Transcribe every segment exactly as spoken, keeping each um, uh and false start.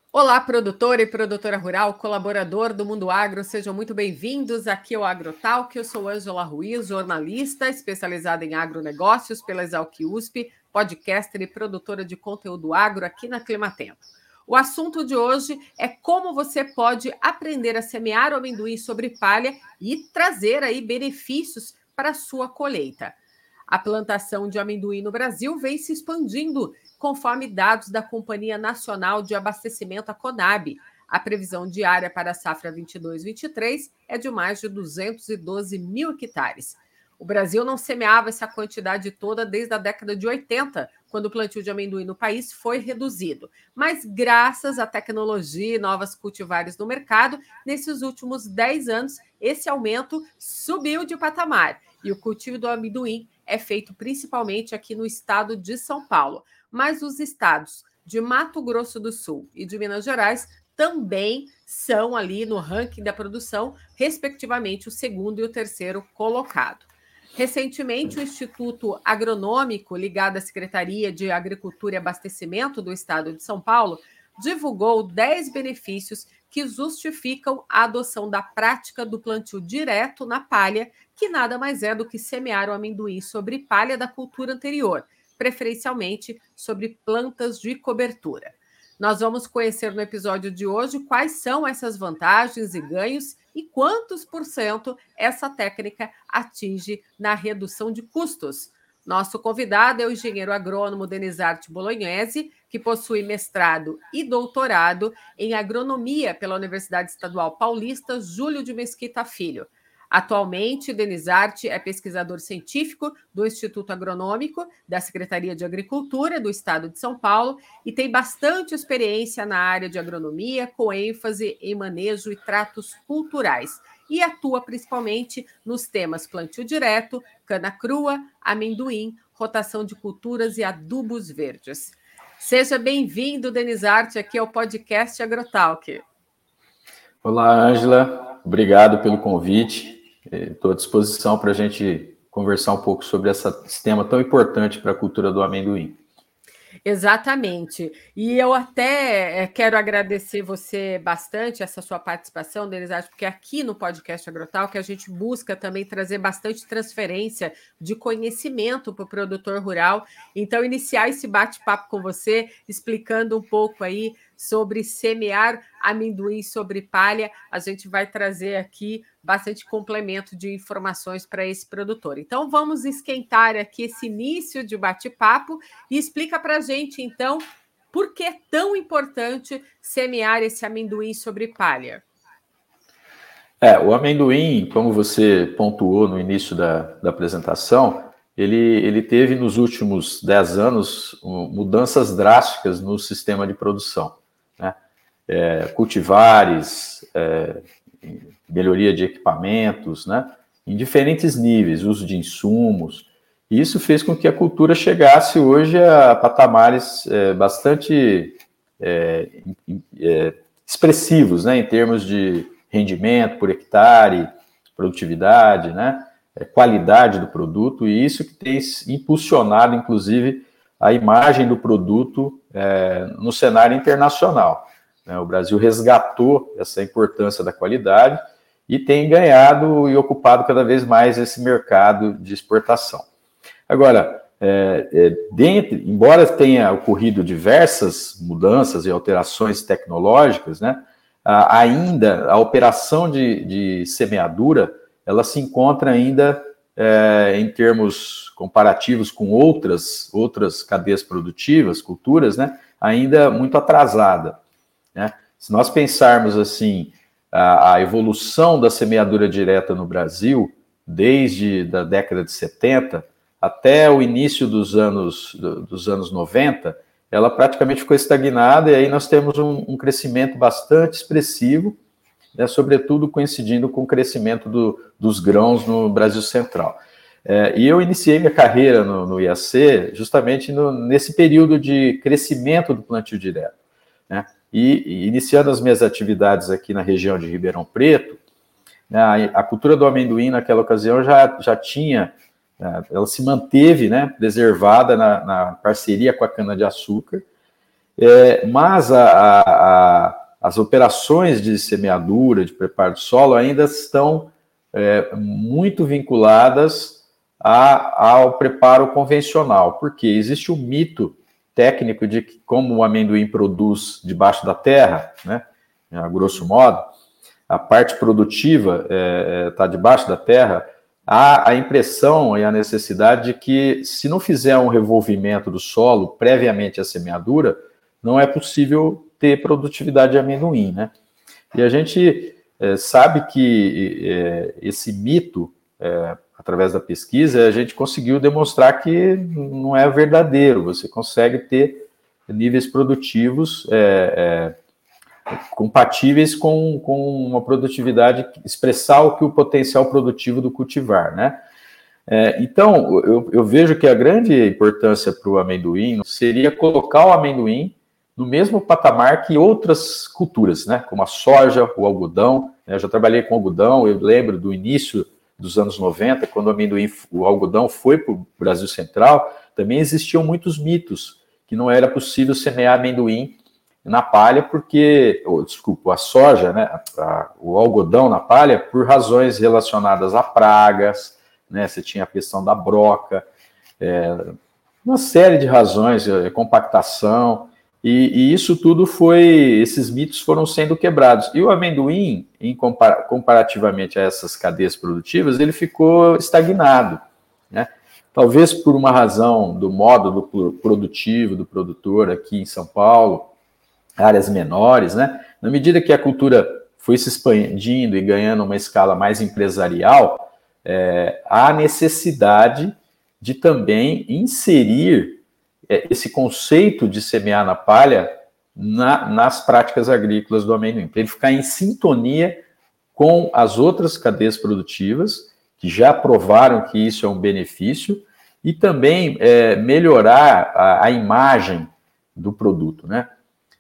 Olá, produtor e produtora rural, colaborador do Mundo Agro, sejam muito bem-vindos aqui ao AgroTalk. Eu sou Ângela Ruiz, jornalista especializada em agronegócios pela Exalc U S P, podcaster e produtora de conteúdo agro aqui na Climatempo. O assunto de hoje é como você pode aprender a semear o amendoim sobre palha e trazer aí benefícios para a sua colheita. A plantação de amendoim no Brasil vem se expandindo, conforme dados da Companhia Nacional de Abastecimento, a Conab. A previsão diária para a safra vinte e dois vinte e três é de mais de duzentos e doze mil hectares. O Brasil não semeava essa quantidade toda desde a década de oitenta, quando o plantio de amendoim no país foi reduzido. Mas, graças à tecnologia e novas cultivares no mercado, nesses últimos dez anos, esse aumento subiu de patamar. E o cultivo do amendoim é feito principalmente aqui no estado de São Paulo. Mas os estados de Mato Grosso do Sul e de Minas Gerais também são ali no ranking da produção, respectivamente, o segundo e o terceiro colocado. Recentemente, o Instituto Agronômico, ligado à Secretaria de Agricultura e Abastecimento do Estado de São Paulo, divulgou dez benefícios que justificam a adoção da prática do plantio direto na palha, que nada mais é do que semear o amendoim sobre palha da cultura anterior, preferencialmente sobre plantas de cobertura. Nós vamos conhecer no episódio de hoje quais são essas vantagens e ganhos e quantos por cento essa técnica atinge na redução de custos. Nosso convidado é o engenheiro agrônomo Denizarte Bolognese, que possui mestrado e doutorado em agronomia pela Universidade Estadual Paulista Júlio de Mesquita Filho. Atualmente, Denizarte é pesquisador científico do Instituto Agronômico da Secretaria de Agricultura do Estado de São Paulo e tem bastante experiência na área de agronomia, com ênfase em manejo e tratos culturais. E atua principalmente nos temas plantio direto, cana crua, amendoim, rotação de culturas e adubos verdes. Seja bem-vindo, Denizarte, aqui ao podcast AgroTalk. Olá, Ângela. Obrigado pelo convite. Estou à disposição para a gente conversar um pouco sobre essa, esse tema tão importante para a cultura do amendoim. Exatamente. E eu até quero agradecer você bastante, essa sua participação, Denizarte, porque aqui no podcast AgroTalk a gente busca também trazer bastante transferência de conhecimento para o produtor rural. Então, iniciar esse bate-papo com você, explicando um pouco aí sobre semear amendoim sobre palha, a gente vai trazer aqui bastante complemento de informações para esse produtor. Então, vamos esquentar aqui esse início de bate-papo e explica para a gente, então, por que é tão importante semear esse amendoim sobre palha. É, o amendoim, como você pontuou no início da, da apresentação, ele, ele teve nos últimos dez anos mudanças drásticas no sistema de produção, né? É, cultivares, é, melhoria de equipamentos, né? Em diferentes níveis, uso de insumos. E isso fez com que a cultura chegasse hoje a patamares é, bastante é, é, expressivos, né? Em termos de rendimento por hectare, produtividade, né? É, qualidade do produto, e isso que tem impulsionado, inclusive, a imagem do produto é, no cenário internacional. O Brasil resgatou essa importância da qualidade e tem ganhado e ocupado cada vez mais esse mercado de exportação. Agora, é, é, dentro, embora tenha ocorrido diversas mudanças e alterações tecnológicas, né, a, ainda a operação de, de semeadura, ela se encontra ainda é, em termos comparativos com outras, outras cadeias produtivas, culturas, né, ainda muito atrasada. Né? Se nós pensarmos assim, a, a evolução da semeadura direta no Brasil, desde a década de setenta até o início dos anos, do, dos anos noventa, ela praticamente ficou estagnada, e aí nós temos um, um crescimento bastante expressivo, né, sobretudo coincidindo com o crescimento do, dos grãos no Brasil Central. É, e eu iniciei minha carreira no, no I A C justamente no, nesse período de crescimento do plantio direto, né? E, e iniciando as minhas atividades aqui na região de Ribeirão Preto, né, a, a cultura do amendoim naquela ocasião já, já tinha, ela se manteve, né, preservada na, na parceria com a cana-de-açúcar, É, mas a, a, a, as operações de semeadura, de preparo do solo, ainda estão é, muito vinculadas a, ao preparo convencional, porque existe um mito técnico de que, como o amendoim produz debaixo da terra, né, a grosso modo, a parte produtiva está é, debaixo da terra, há a impressão e a necessidade de que, se não fizer um revolvimento do solo previamente à semeadura, não é possível ter produtividade de amendoim, né? E a gente é, sabe que é, esse mito, é, através da pesquisa, a gente conseguiu demonstrar que não é verdadeiro. Você consegue ter níveis produtivos é, é, compatíveis com, com uma produtividade, expressar o que o potencial produtivo do cultivar, né? É, então, eu, eu vejo que a grande importância para o amendoim seria colocar o amendoim no mesmo patamar que outras culturas, né? Como a soja, o algodão. Né? Eu já trabalhei com algodão, eu lembro do início dos anos noventa, quando o amendoim, o algodão foi para o Brasil Central, também existiam muitos mitos que não era possível semear amendoim na palha, porque, oh, desculpa, a soja, né, a, o algodão na palha, por razões relacionadas a pragas, né, você tinha a questão da broca, é, uma série de razões, é, compactação, e, e isso tudo foi, esses mitos foram sendo quebrados. E o amendoim, em compara, comparativamente a essas cadeias produtivas, ele ficou estagnado, né? Talvez por uma razão do módulo produtivo do produtor aqui em São Paulo, áreas menores, né? Na medida que a cultura foi se expandindo e ganhando uma escala mais empresarial, é, há necessidade de também inserir é, esse conceito de semear na palha na, nas práticas agrícolas do amendoim, para ele ficar em sintonia com as outras cadeias produtivas, que já provaram que isso é um benefício, e também é, melhorar a, a imagem do produto, né?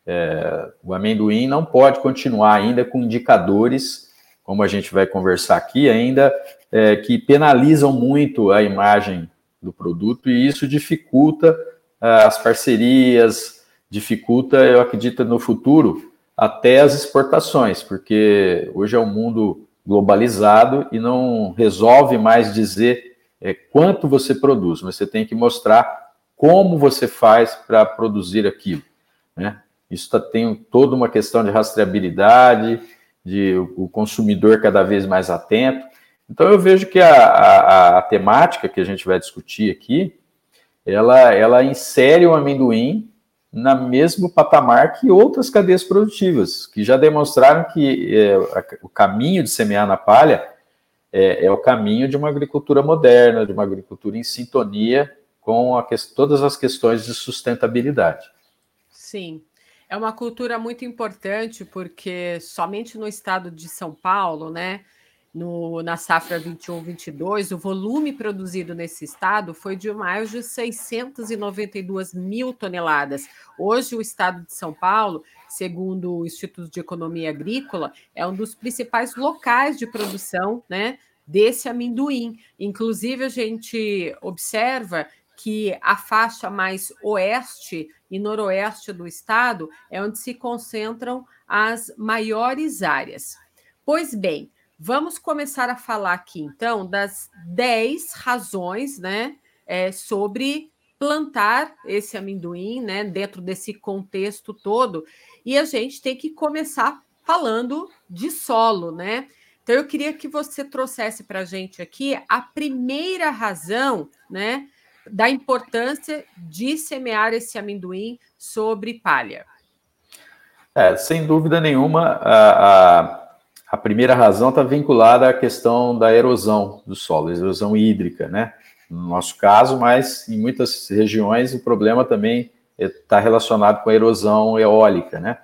É, o amendoim não pode continuar ainda com indicadores, como a gente vai conversar aqui, ainda é, que penalizam muito a imagem do produto, e isso dificulta ah, as parcerias, dificulta, eu acredito, no futuro, até as exportações, porque hoje é um mundo globalizado e não resolve mais dizer é, quanto você produz, mas você tem que mostrar como você faz para produzir aquilo, né? Isso tá, tem toda uma questão de rastreabilidade, de o consumidor cada vez mais atento. Então, eu vejo que a, a, a temática que a gente vai discutir aqui, ela, ela insere o amendoim no mesmo patamar que outras cadeias produtivas, que já demonstraram que é, o caminho de semear na palha é, é o caminho de uma agricultura moderna, de uma agricultura em sintonia com a, todas as questões de sustentabilidade. Sim. É uma cultura muito importante, porque somente no estado de São Paulo, né, no, na safra vinte e um, vinte e dois, o volume produzido nesse estado foi de mais de seiscentas e noventa e duas mil toneladas. Hoje, o estado de São Paulo, segundo o Instituto de Economia Agrícola, é um dos principais locais de produção, né, desse amendoim. Inclusive, a gente observa que a faixa mais oeste e noroeste do estado é onde se concentram as maiores áreas. Pois bem, vamos começar a falar aqui, então, das dez razões, né, é, sobre plantar esse amendoim, né, dentro desse contexto todo. E a gente tem que começar falando de solo, né? Então, eu queria que você trouxesse para a gente aqui a primeira razão, né, da importância de semear esse amendoim sobre palha. É, sem dúvida nenhuma, a, a, a primeira razão está vinculada à questão da erosão do solo, erosão hídrica, né? No nosso caso, mas em muitas regiões o problema também está relacionado com a erosão eólica, né?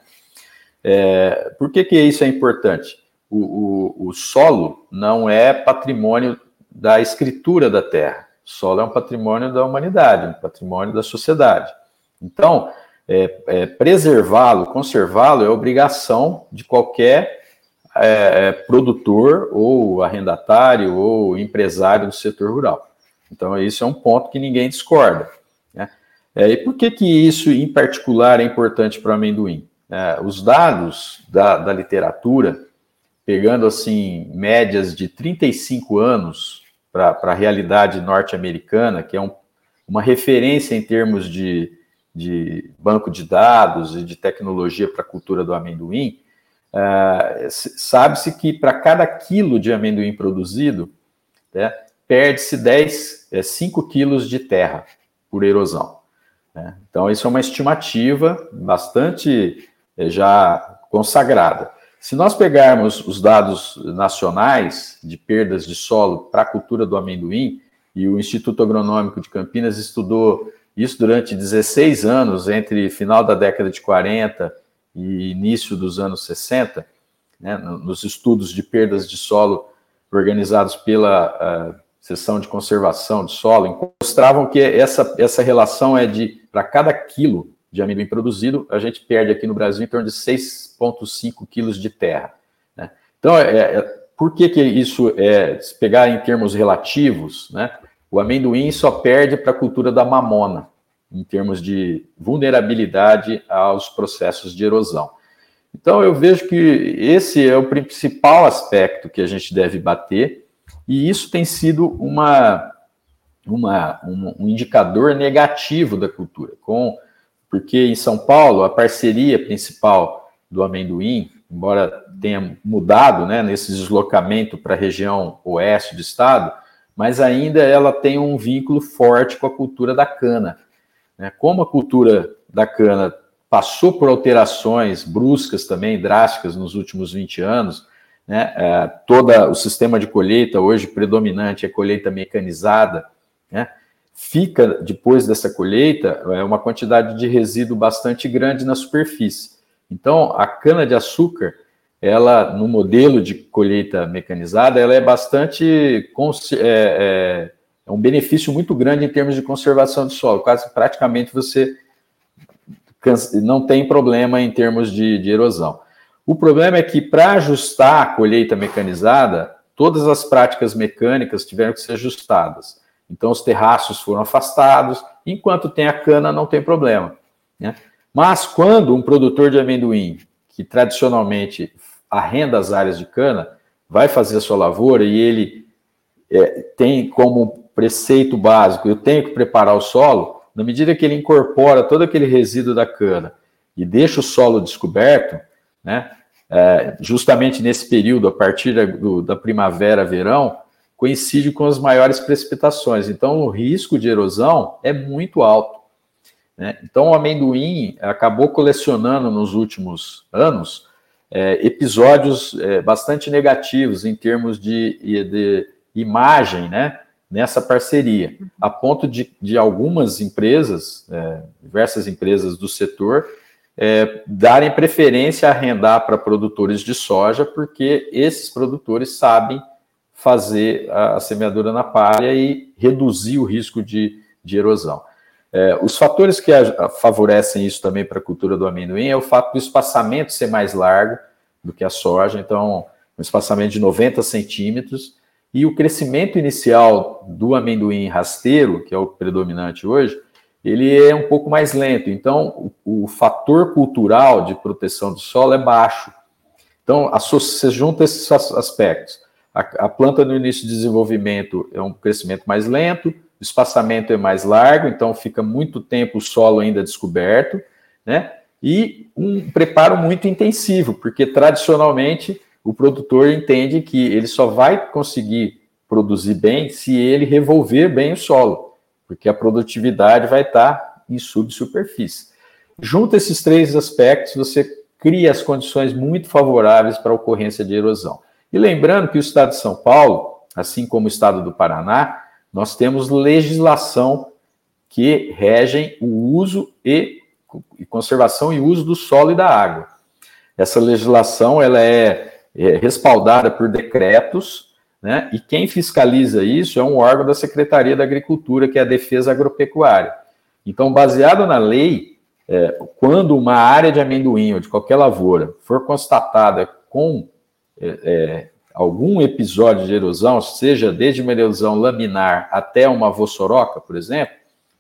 É, por que, que isso é importante? O, o, o solo não é patrimônio da escritura da terra. O solo é um patrimônio da humanidade, um patrimônio da sociedade. Então, é, é, preservá-lo, conservá-lo é obrigação de qualquer é, produtor ou arrendatário ou empresário do setor rural. Então, isso é um ponto que ninguém discorda, né? É, e por que que isso, em particular, é importante para o amendoim? É, os dados da, da literatura, pegando assim médias de trinta e cinco anos para a realidade norte-americana, que é um, uma referência em termos de, de banco de dados e de tecnologia para a cultura do amendoim, é, sabe-se que para cada quilo de amendoim produzido, né, perde-se dez, é, cinco quilos de terra por erosão. Né? Então, isso é uma estimativa bastante é, já consagrada. Se nós pegarmos os dados nacionais de perdas de solo para a cultura do amendoim, e o Instituto Agronômico de Campinas estudou isso durante dezesseis anos, entre final da década de quarenta e início dos anos sessenta, né, nos estudos de perdas de solo organizados pela uh, Seção de Conservação de Solo, mostravam que essa, essa relação é de, para cada quilo de amendoim produzido, a gente perde aqui no Brasil em torno de seis vírgula cinco quilos de terra. Né? Então, é, é, por que que isso é, se pegar em termos relativos, né, o amendoim só perde para a cultura da mamona, em termos de vulnerabilidade aos processos de erosão. Então, eu vejo que esse é o principal aspecto que a gente deve bater, e isso tem sido uma, uma, um, um indicador negativo da cultura, com, porque em São Paulo, a parceria principal do amendoim, embora tenha mudado, né, nesse deslocamento para a região oeste do estado, mas ainda ela tem um vínculo forte com a cultura da cana. Né? Como a cultura da cana passou por alterações bruscas também, drásticas, nos últimos vinte anos, né? É, todo o sistema de colheita hoje predominante é colheita mecanizada, né? Fica, depois dessa colheita, é uma quantidade de resíduo bastante grande na superfície. Então, a cana-de-açúcar, ela, no modelo de colheita mecanizada, ela é bastante, é, é, é um benefício muito grande em termos de conservação do solo, quase praticamente você não tem problema em termos de, de erosão. O problema é que, para ajustar a colheita mecanizada, todas as práticas mecânicas tiveram que ser ajustadas. Então, os terraços foram afastados, enquanto tem a cana, não tem problema. Né? Mas, quando um produtor de amendoim, que tradicionalmente arrenda as áreas de cana, vai fazer a sua lavoura e ele é, tem como preceito básico, eu tenho que preparar o solo, na medida que ele incorpora todo aquele resíduo da cana e deixa o solo descoberto, né, é, justamente nesse período, a partir da, do, da primavera, verão, coincide com as maiores precipitações. Então, o risco de erosão é muito alto. Né? Então, o amendoim acabou colecionando nos últimos anos é, episódios é, bastante negativos em termos de, de imagem, né, nessa parceria, a ponto de, de algumas empresas, é, diversas empresas do setor, é, darem preferência a arrendar para produtores de soja, porque esses produtores sabem fazer a, a semeadura na palha e reduzir o risco de, de erosão. É, os fatores que a, a favorecem isso também para a cultura do amendoim é o fato do espaçamento ser mais largo do que a soja, então um espaçamento de noventa centímetros, e o crescimento inicial do amendoim rasteiro, que é o predominante hoje, ele é um pouco mais lento. Então, o, o fator cultural de proteção do solo é baixo. Então, você junta esses aspectos. A, a planta no início de desenvolvimento é um crescimento mais lento, o espaçamento é mais largo, então fica muito tempo o solo ainda descoberto, né? E um preparo muito intensivo, porque tradicionalmente o produtor entende que ele só vai conseguir produzir bem se ele revolver bem o solo, porque a produtividade vai estar em subsuperfície. Junto a esses três aspectos, você cria as condições muito favoráveis para a ocorrência de erosão. E lembrando que o estado de São Paulo, assim como o estado do Paraná, nós temos legislação que regem o uso e, e conservação e uso do solo e da água. Essa legislação ela é É, respaldada por decretos, né? E quem fiscaliza isso é um órgão da Secretaria da Agricultura, que é a Defesa Agropecuária. Então, baseado na lei, é, quando uma área de amendoim ou de qualquer lavoura for constatada com é, é, algum episódio de erosão, seja desde uma erosão laminar até uma vossoroca, por exemplo, a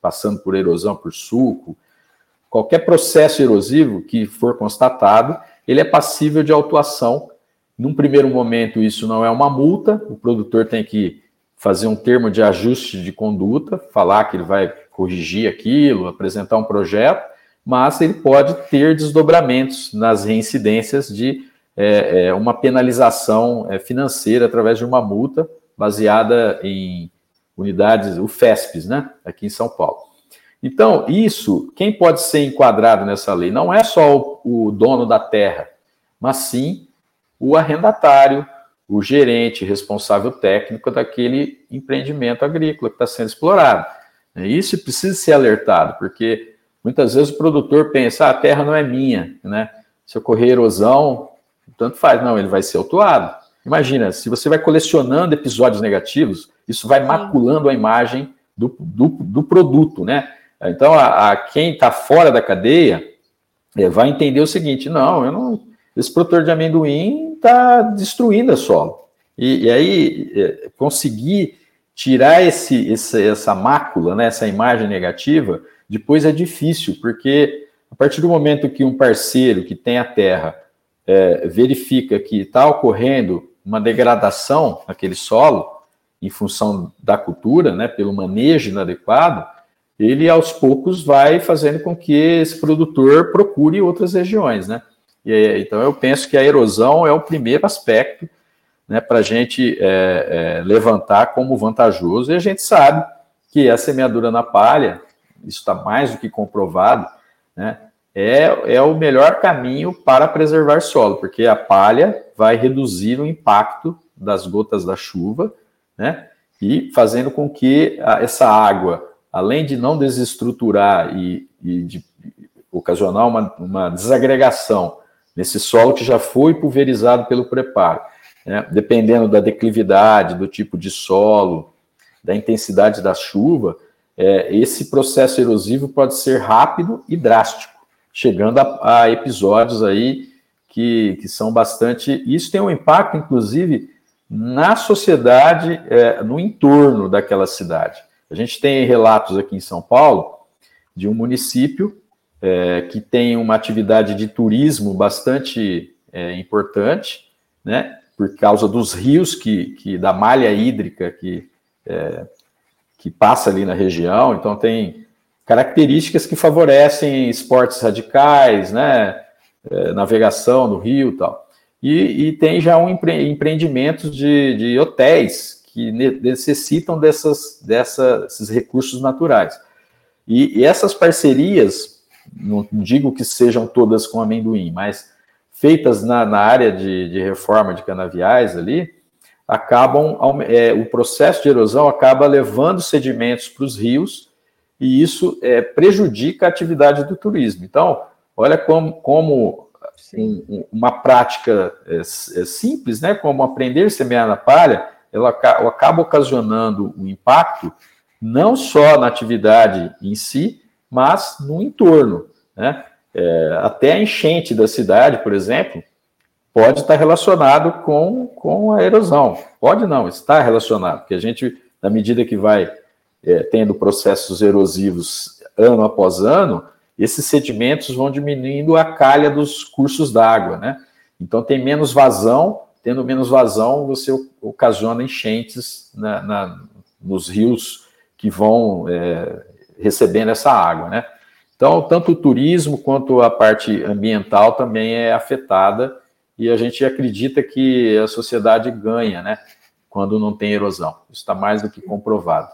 passando por erosão, por sulco, qualquer processo erosivo que for constatado, ele é passível de autuação. Num primeiro momento, isso não é uma multa, o produtor tem que fazer um termo de ajuste de conduta, falar que ele vai corrigir aquilo, apresentar um projeto, mas ele pode ter desdobramentos nas reincidências de é, é, uma penalização é, financeira através de uma multa baseada em unidades, o FESPES, né, aqui em São Paulo. Então, isso, quem pode ser enquadrado nessa lei? Não é só o, o dono da terra, mas sim o arrendatário, o gerente, responsável técnico daquele empreendimento agrícola que está sendo explorado. Isso precisa ser alertado, porque muitas vezes o produtor pensa, ah, a terra não é minha, né? Se ocorrer erosão, tanto faz. Não, ele vai ser autuado. Imagina, se você vai colecionando episódios negativos, isso vai maculando a imagem do, do, do produto, né? Então, a, a quem está fora da cadeia é, vai entender o seguinte, não, eu não, esse produtor de amendoim está destruindo a solo. E, e aí, é, conseguir tirar esse, esse, essa mácula, né, essa imagem negativa, depois é difícil, porque a partir do momento que um parceiro que tem a terra é, verifica que está ocorrendo uma degradação naquele solo, em função da cultura, né, pelo manejo inadequado, ele aos poucos vai fazendo com que esse produtor procure outras regiões, né? E, então eu penso que a erosão é o primeiro aspecto, né, para a gente é, é, levantar como vantajoso, e a gente sabe que a semeadura na palha, isso está mais do que comprovado, né, é, é o melhor caminho para preservar solo, porque a palha vai reduzir o impacto das gotas da chuva, né, e fazendo com que a, essa água, além de não desestruturar e, e de ocasionar uma, uma desagregação nesse solo que já foi pulverizado pelo preparo, né, dependendo da declividade, do tipo de solo, da intensidade da chuva, é, esse processo erosivo pode ser rápido e drástico, chegando a, a episódios aí que, que são bastante... Isso tem um impacto, inclusive, na sociedade, é, no entorno daquela cidade. A gente tem relatos aqui em São Paulo de um município é, que tem uma atividade de turismo bastante é, importante, né, por causa dos rios, que, que da malha hídrica que, é, que passa ali na região. Então, tem características que favorecem esportes radicais, né, é, navegação no rio e tal. E, e tem já um empre, empreendimentos de, de hotéis que necessitam dessas, dessa, desses recursos naturais. E, e essas parcerias, não digo que sejam todas com amendoim, mas feitas na, na área de, de reforma de canaviais ali, acabam, é, o processo de erosão acaba levando sedimentos para os rios, e isso é, prejudica a atividade do turismo. Então, olha como, como um, uma prática é, é simples, né, como aprender a semear na palha, ela acaba ocasionando um impacto não só na atividade em si, mas no entorno, né? É, até a enchente da cidade, por exemplo, pode estar relacionado com, com a erosão. Pode não, está relacionado, porque a gente, na medida que vai é, tendo processos erosivos ano após ano, esses sedimentos vão diminuindo a calha dos cursos d'água, né? Então tem menos vazão, tendo menos vazão, você ocasiona enchentes na, na, nos rios que vão é, recebendo essa água, né? Então, tanto o turismo quanto a parte ambiental também é afetada, e a gente acredita que a sociedade ganha, né, quando não tem erosão. Isso está mais do que comprovado.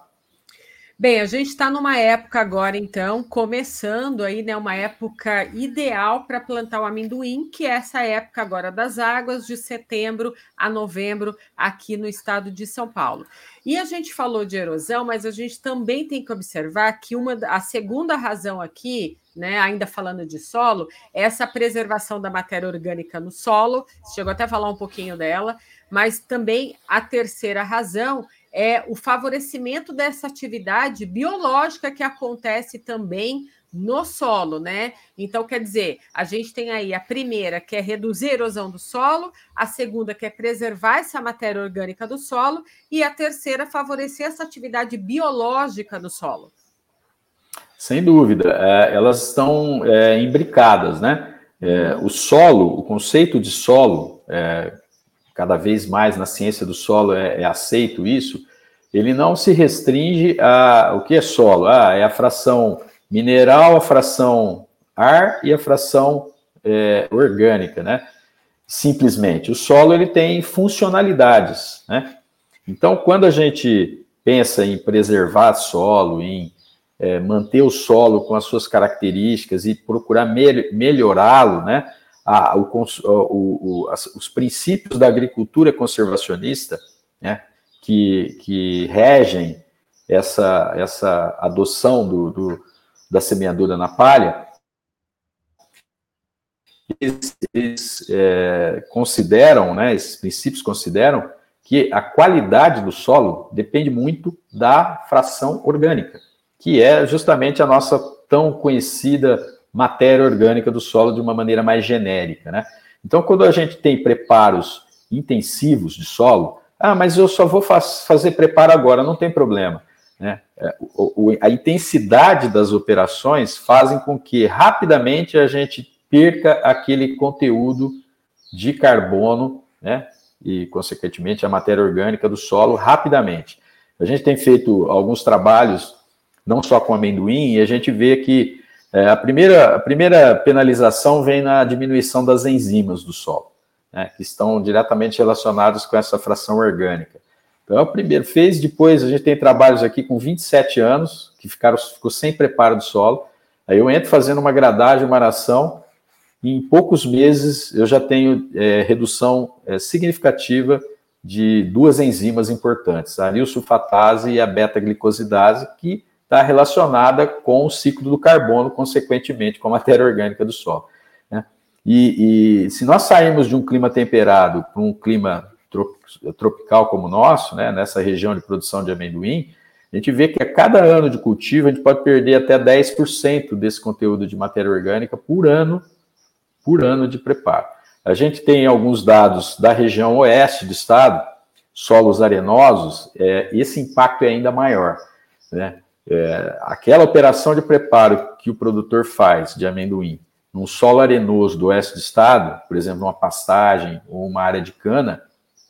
Bem, a gente está numa época agora, então, começando aí, né, uma época ideal para plantar o amendoim, que é essa época agora das águas, de setembro a novembro, aqui no estado de São Paulo. E a gente falou de erosão, mas a gente também tem que observar que uma, a segunda razão aqui, né, ainda falando de solo, é essa preservação da matéria orgânica no solo, chegou até a falar um pouquinho dela, mas também a terceira razão é o favorecimento dessa atividade biológica que acontece também no solo, né? Então, quer dizer, a gente tem aí a primeira, que é reduzir a erosão do solo, a segunda, que é preservar essa matéria orgânica do solo, e a terceira, favorecer essa atividade biológica no solo. Sem dúvida, é, elas estão é, imbricadas, né? É, o solo, o conceito de solo, é, cada vez mais na ciência do solo é, é aceito isso, ele não se restringe a o que é solo, ah, é a fração mineral, a fração ar e a fração é, orgânica, né? Simplesmente, o solo ele tem funcionalidades, né? Então, quando a gente pensa em preservar solo, em É, manter o solo com as suas características e procurar me melhorá-lo, né? A, o, o, o, as, os princípios da agricultura conservacionista, né? que, que regem essa, essa adoção do, do, da semeadura na palha, eles, eles é, consideram, né? Esses princípios consideram que a qualidade do solo depende muito da fração orgânica, que é justamente a nossa tão conhecida matéria orgânica do solo de uma maneira mais genérica, né? Então, quando a gente tem preparos intensivos de solo, ah, mas eu só vou faz, fazer preparo agora, não tem problema, né? O, o, a intensidade das operações fazem com que rapidamente a gente perca aquele conteúdo de carbono, né? E, consequentemente, a matéria orgânica do solo rapidamente. A gente tem feito alguns trabalhos não só com amendoim, e a gente vê que é, a, primeira, a primeira penalização vem na diminuição das enzimas do solo, né, que estão diretamente relacionadas com essa fração orgânica. Então, é o primeiro fez, depois a gente tem trabalhos aqui com vinte e sete anos, que ficaram, ficou sem preparo do solo, aí eu entro fazendo uma gradagem, uma aração, e em poucos meses eu já tenho é, redução é, significativa de duas enzimas importantes, a nilsulfatase e a beta-glicosidase, que está relacionada com o ciclo do carbono, consequentemente com a matéria orgânica do solo, né? E, e se nós sairmos de um clima temperado para um clima tropical como o nosso, né, nessa região de produção de amendoim, a gente vê que a cada ano de cultivo a gente pode perder até dez por cento desse conteúdo de matéria orgânica por ano, por ano de preparo. A gente tem alguns dados da região oeste do estado, solos arenosos, é, esse impacto é ainda maior, né? É, aquela operação de preparo que o produtor faz de amendoim num solo arenoso do oeste do estado, por exemplo, uma pastagem ou uma área de cana,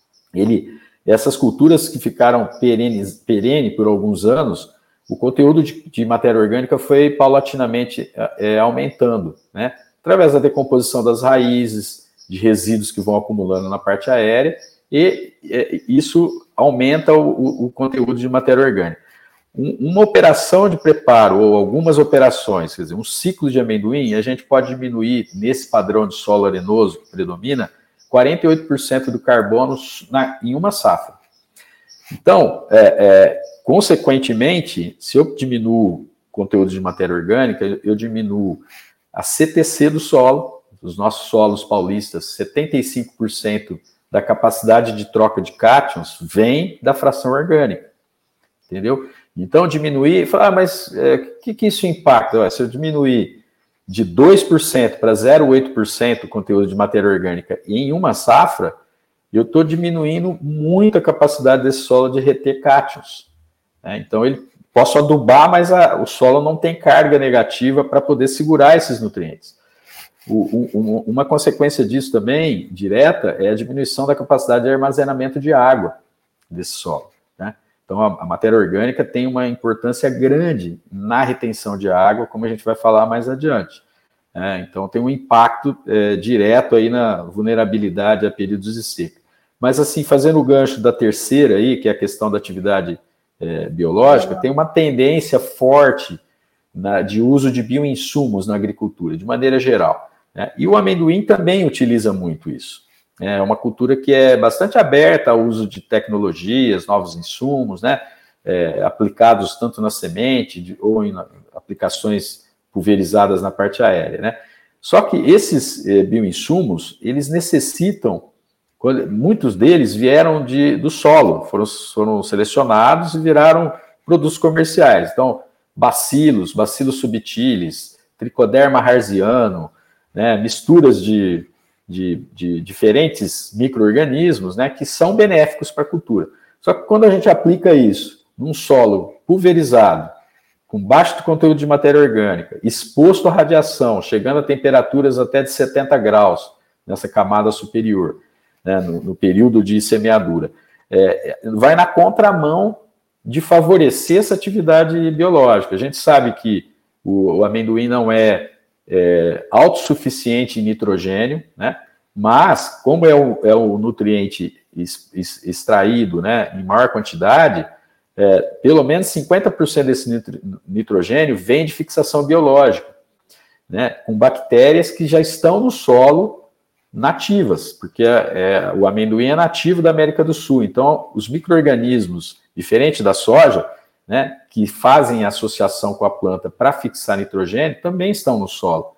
ele, essas culturas que ficaram perenes, perene por alguns anos, o conteúdo de, de matéria orgânica foi paulatinamente é, aumentando, né? Através da decomposição das raízes, de resíduos que vão acumulando na parte aérea, e é, isso aumenta o, o conteúdo de matéria orgânica. Uma operação de preparo ou algumas operações, quer dizer, um ciclo de amendoim, a gente pode diminuir, nesse padrão de solo arenoso que predomina, quarenta e oito por cento do carbono na, em uma safra. Então, é, é, consequentemente, se eu diminuo o conteúdo de matéria orgânica, eu, eu diminuo a C T C do solo, dos nossos solos paulistas, setenta e cinco por cento da capacidade de troca de cátions vem da fração orgânica, entendeu? Então, diminuir, falar, ah, mas o é, que, que isso impacta? Ué, se eu diminuir de dois por cento para zero vírgula oito por cento o conteúdo de matéria orgânica em uma safra, eu estou diminuindo muito a capacidade desse solo de reter cátions, né? Então, ele posso adubar, mas a, o solo não tem carga negativa para poder segurar esses nutrientes. O, o, uma consequência disso também, direta, é a diminuição da capacidade de armazenamento de água desse solo, né? Então, a, a matéria orgânica tem uma importância grande na retenção de água, como a gente vai falar mais adiante. É, então, tem um impacto é, direto aí na vulnerabilidade a períodos de seca. Mas, assim, fazendo o gancho da terceira aí, que é a questão da atividade é, biológica, tem uma tendência forte na, de uso de bioinsumos na agricultura, de maneira geral, né? E o amendoim também utiliza muito isso. É uma cultura que é bastante aberta ao uso de tecnologias, novos insumos, né? É, aplicados tanto na semente de, ou em aplicações pulverizadas na parte aérea, né? Só que esses é, bioinsumos, eles necessitam, muitos deles vieram de, do solo, foram, foram selecionados e viraram produtos comerciais. Então, bacilos, bacilos subtilis, tricoderma harziano, né, misturas de, de, de diferentes micro-organismos, né, que são benéficos para a cultura. Só que quando a gente aplica isso num solo pulverizado, com baixo conteúdo de matéria orgânica, exposto à radiação, chegando a temperaturas até de setenta graus nessa camada superior, né, no, no período de semeadura, é, vai na contramão de favorecer essa atividade biológica. A gente sabe que o, o amendoim não é, é autossuficiente em nitrogênio, né, mas como é o, é o nutriente extraído, né, em maior quantidade, é, pelo menos cinquenta por cento desse nitrogênio vem de fixação biológica, né, com bactérias que já estão no solo nativas, porque é, é, o amendoim é nativo da América do Sul, então os micro-organismos, diferente da soja, né, que fazem associação com a planta para fixar nitrogênio, também estão no solo.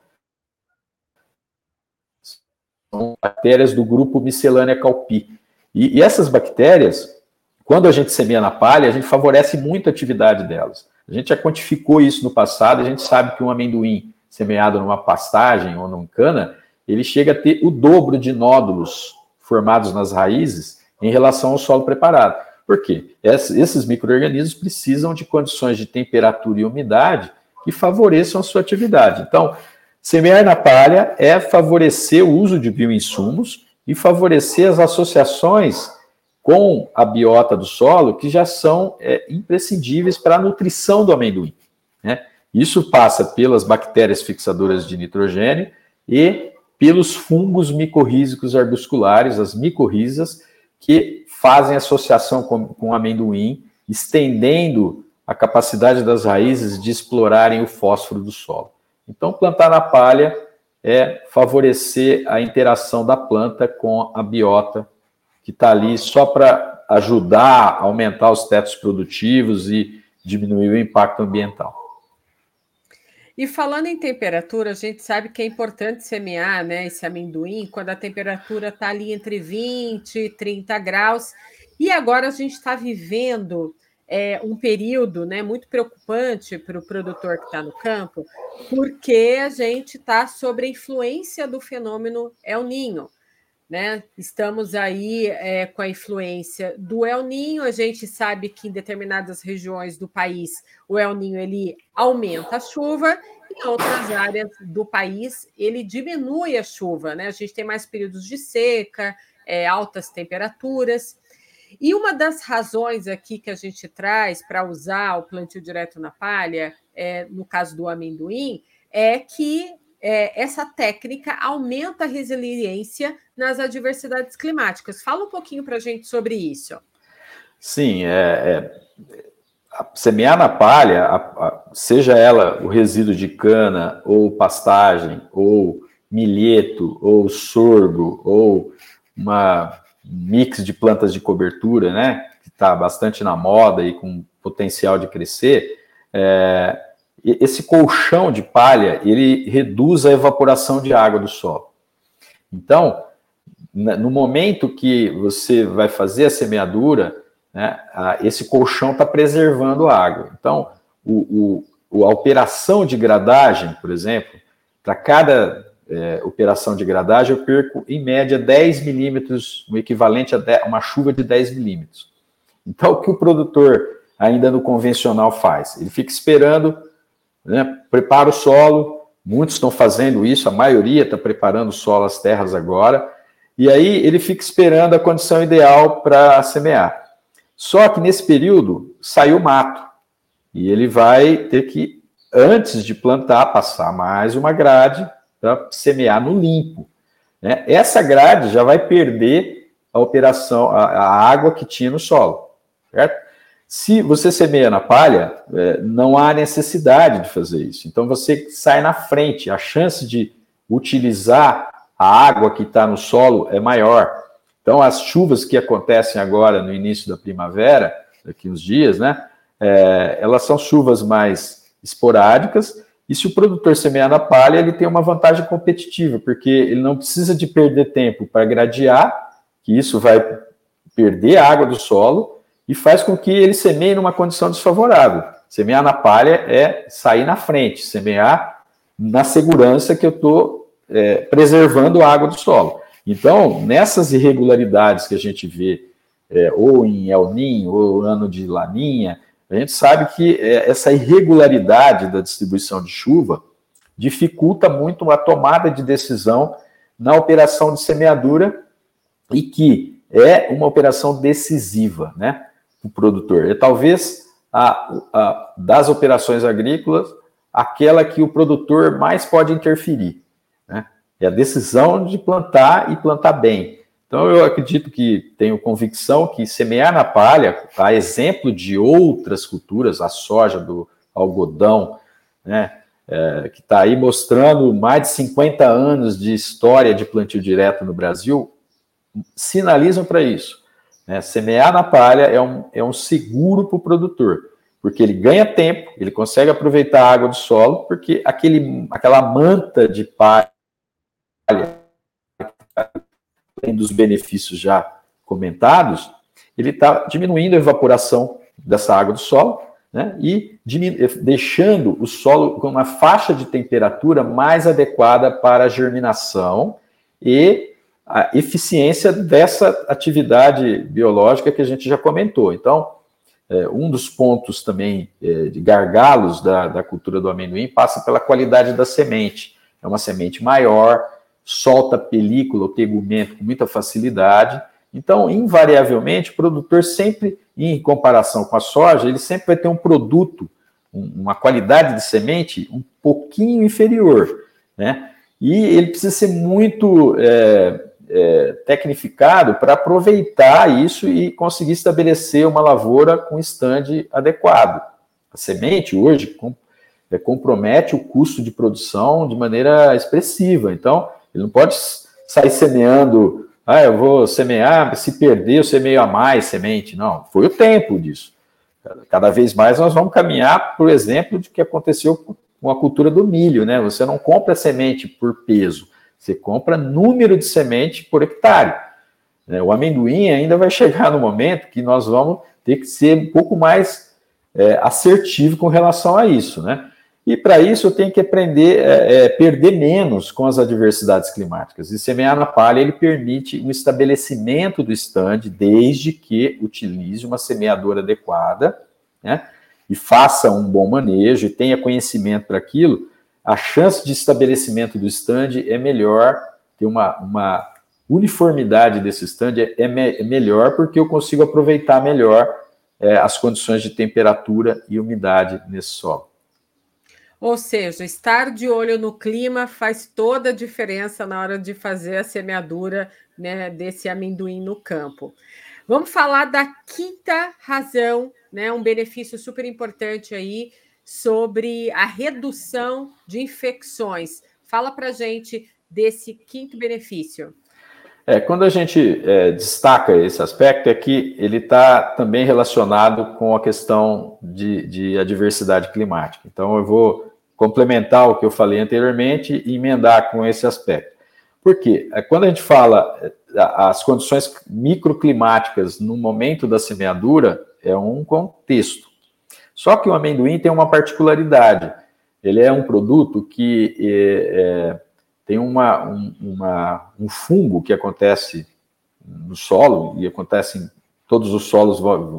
São bactérias do grupo Miscelânea Caupi. E, e essas bactérias, quando a gente semeia na palha, a gente favorece muito a atividade delas. A gente já quantificou isso no passado, a gente sabe que um amendoim semeado numa pastagem ou num cana, ele chega a ter o dobro de nódulos formados nas raízes em relação ao solo preparado. Por quê? Esses micro-organismos precisam de condições de temperatura e umidade que favoreçam a sua atividade. Então, semear na palha é favorecer o uso de bioinsumos e favorecer as associações com a biota do solo que já são é, imprescindíveis para a nutrição do amendoim, né? Isso passa pelas bactérias fixadoras de nitrogênio e pelos fungos micorrízicos arbusculares, as micorrizas, que fazem associação com, com o amendoim, estendendo a capacidade das raízes de explorarem o fósforo do solo. Então, plantar na palha é favorecer a interação da planta com a biota, que está ali só para ajudar a aumentar os tetos produtivos e diminuir o impacto ambiental. E falando em temperatura, a gente sabe que é importante semear, né, esse amendoim quando a temperatura está ali entre vinte e trinta graus. E agora a gente está vivendo é, um período, né, muito preocupante para o produtor que está no campo, porque a gente está sob a influência do fenômeno El Niño, né? Estamos aí é, com a influência do El Niño. A gente sabe que em determinadas regiões do país o El Niño ele aumenta a chuva, em outras áreas do país ele diminui a chuva, né? A gente tem mais períodos de seca, é, altas temperaturas. E uma das razões aqui que a gente traz para usar o plantio direto na palha, é, no caso do amendoim, é que é, essa técnica aumenta a resiliência nas adversidades climáticas. Fala um pouquinho para a gente sobre isso. Sim, é, é, semear na palha, a, a, seja ela o resíduo de cana, ou pastagem, ou milheto, ou sorgo, ou uma mix de plantas de cobertura, né, que está bastante na moda e com potencial de crescer, é, esse colchão de palha, ele reduz a evaporação de água do solo. Então, no momento que você vai fazer a semeadura, né, esse colchão está preservando a água. Então, o, o, a operação de gradagem, por exemplo, para cada é, operação de gradagem, eu perco, em média, dez milímetros, o equivalente a uma chuva de dez milímetros. Então, o que o produtor, ainda no convencional, faz? Ele fica esperando, né, prepara o solo, muitos estão fazendo isso, a maioria está preparando o solo, as terras agora, e aí ele fica esperando a condição ideal para semear. Só que nesse período saiu mato, e ele vai ter que, antes de plantar, passar mais uma grade para semear no limpo, né? Essa grade já vai perder a operação, a, a água que tinha no solo, certo? Se você semeia na palha, é, não há necessidade de fazer isso. Então, você sai na frente. A chance de utilizar a água que está no solo é maior. Então, as chuvas que acontecem agora no início da primavera, daqui uns dias, né, é, elas são chuvas mais esporádicas. E se o produtor semear na palha, ele tem uma vantagem competitiva, porque ele não precisa de perder tempo para gradear, que isso vai perder a água do solo, e faz com que ele semeie numa condição desfavorável. Semear na palha é sair na frente, semear na segurança que eu estou é, preservando a água do solo. Então, nessas irregularidades que a gente vê, é, ou em El Niño, ou ano de Laninha, A gente sabe que essa irregularidade da distribuição de chuva dificulta muito a tomada de decisão na operação de semeadura e que é uma operação decisiva, né, para o produtor. É talvez a, a, das operações agrícolas aquela que o produtor mais pode interferir, né? É a decisão de plantar e plantar bem. Então, eu acredito que tenho convicção que semear na palha, a exemplo de outras culturas, a soja, do algodão, né, é, que está aí mostrando mais de cinquenta anos de história de plantio direto no Brasil, sinalizam para isso. Né? Semear na palha é um, é um seguro para o produtor, porque ele ganha tempo, ele consegue aproveitar a água do solo, porque aquele, aquela manta de palha, além dos benefícios já comentados, ele está diminuindo a evaporação dessa água do solo, né, e deixando o solo com uma faixa de temperatura mais adequada para a germinação e a eficiência dessa atividade biológica que a gente já comentou. Então, é, um dos pontos também é, de gargalos da, da cultura do amendoim passa pela qualidade da semente. É uma semente maior, solta película ou tegumento com muita facilidade. Então, invariavelmente, o produtor sempre, em comparação com a soja, ele sempre vai ter um produto, uma qualidade de semente um pouquinho inferior, né? E ele precisa ser muito é, é, tecnificado para aproveitar isso e conseguir estabelecer uma lavoura com stand adequado. A semente, hoje, com, é, compromete o custo de produção de maneira expressiva. Então, ele não pode sair semeando, ah, eu vou semear, se perder, eu semeio a mais semente. Não, foi o tempo disso. Cada vez mais nós vamos caminhar, por exemplo, de que aconteceu com a cultura do milho, né? Você não compra semente por peso, você compra número de semente por hectare. O amendoim ainda vai chegar no momento que nós vamos ter que ser um pouco mais é, assertivo com relação a isso, né? E para isso eu tenho que aprender a é, é, perder menos com as adversidades climáticas. E semear na palha, ele permite o estabelecimento do estande, desde que utilize uma semeadora adequada, né, e faça um bom manejo e tenha conhecimento para aquilo. A chance de estabelecimento do estande é melhor, ter uma, uma uniformidade desse estande é, é, me, é melhor, porque eu consigo aproveitar melhor é, as condições de temperatura e umidade nesse solo. Ou seja, estar de olho no clima faz toda a diferença na hora de fazer a semeadura, né, desse amendoim no campo. Vamos falar da quinta razão, né, um benefício super importante aí sobre a redução de infecções. Fala para a gente desse quinto benefício. É, quando a gente é, destaca esse aspecto, é que ele está também relacionado com a questão de, de adversidade climática. Então, eu vou complementar o que eu falei anteriormente e emendar com esse aspecto. Por quê? Quando a gente fala as condições microclimáticas no momento da semeadura, é um contexto. Só que o amendoim tem uma particularidade. Ele é um produto que é, é, tem uma, um, uma, um fungo que acontece no solo, e acontece em todos os solos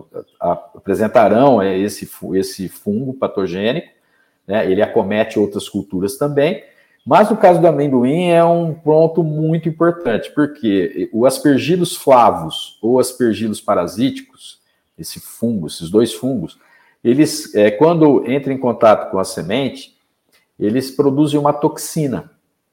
apresentarão esse, esse fungo patogênico, né? Ele acomete outras culturas também, mas no caso do amendoim é um ponto muito importante, porque o aspergillus flavus ou aspergillus parasíticos, esse fungo, esses dois fungos, eles, é, quando entram em contato com a semente, eles produzem uma toxina,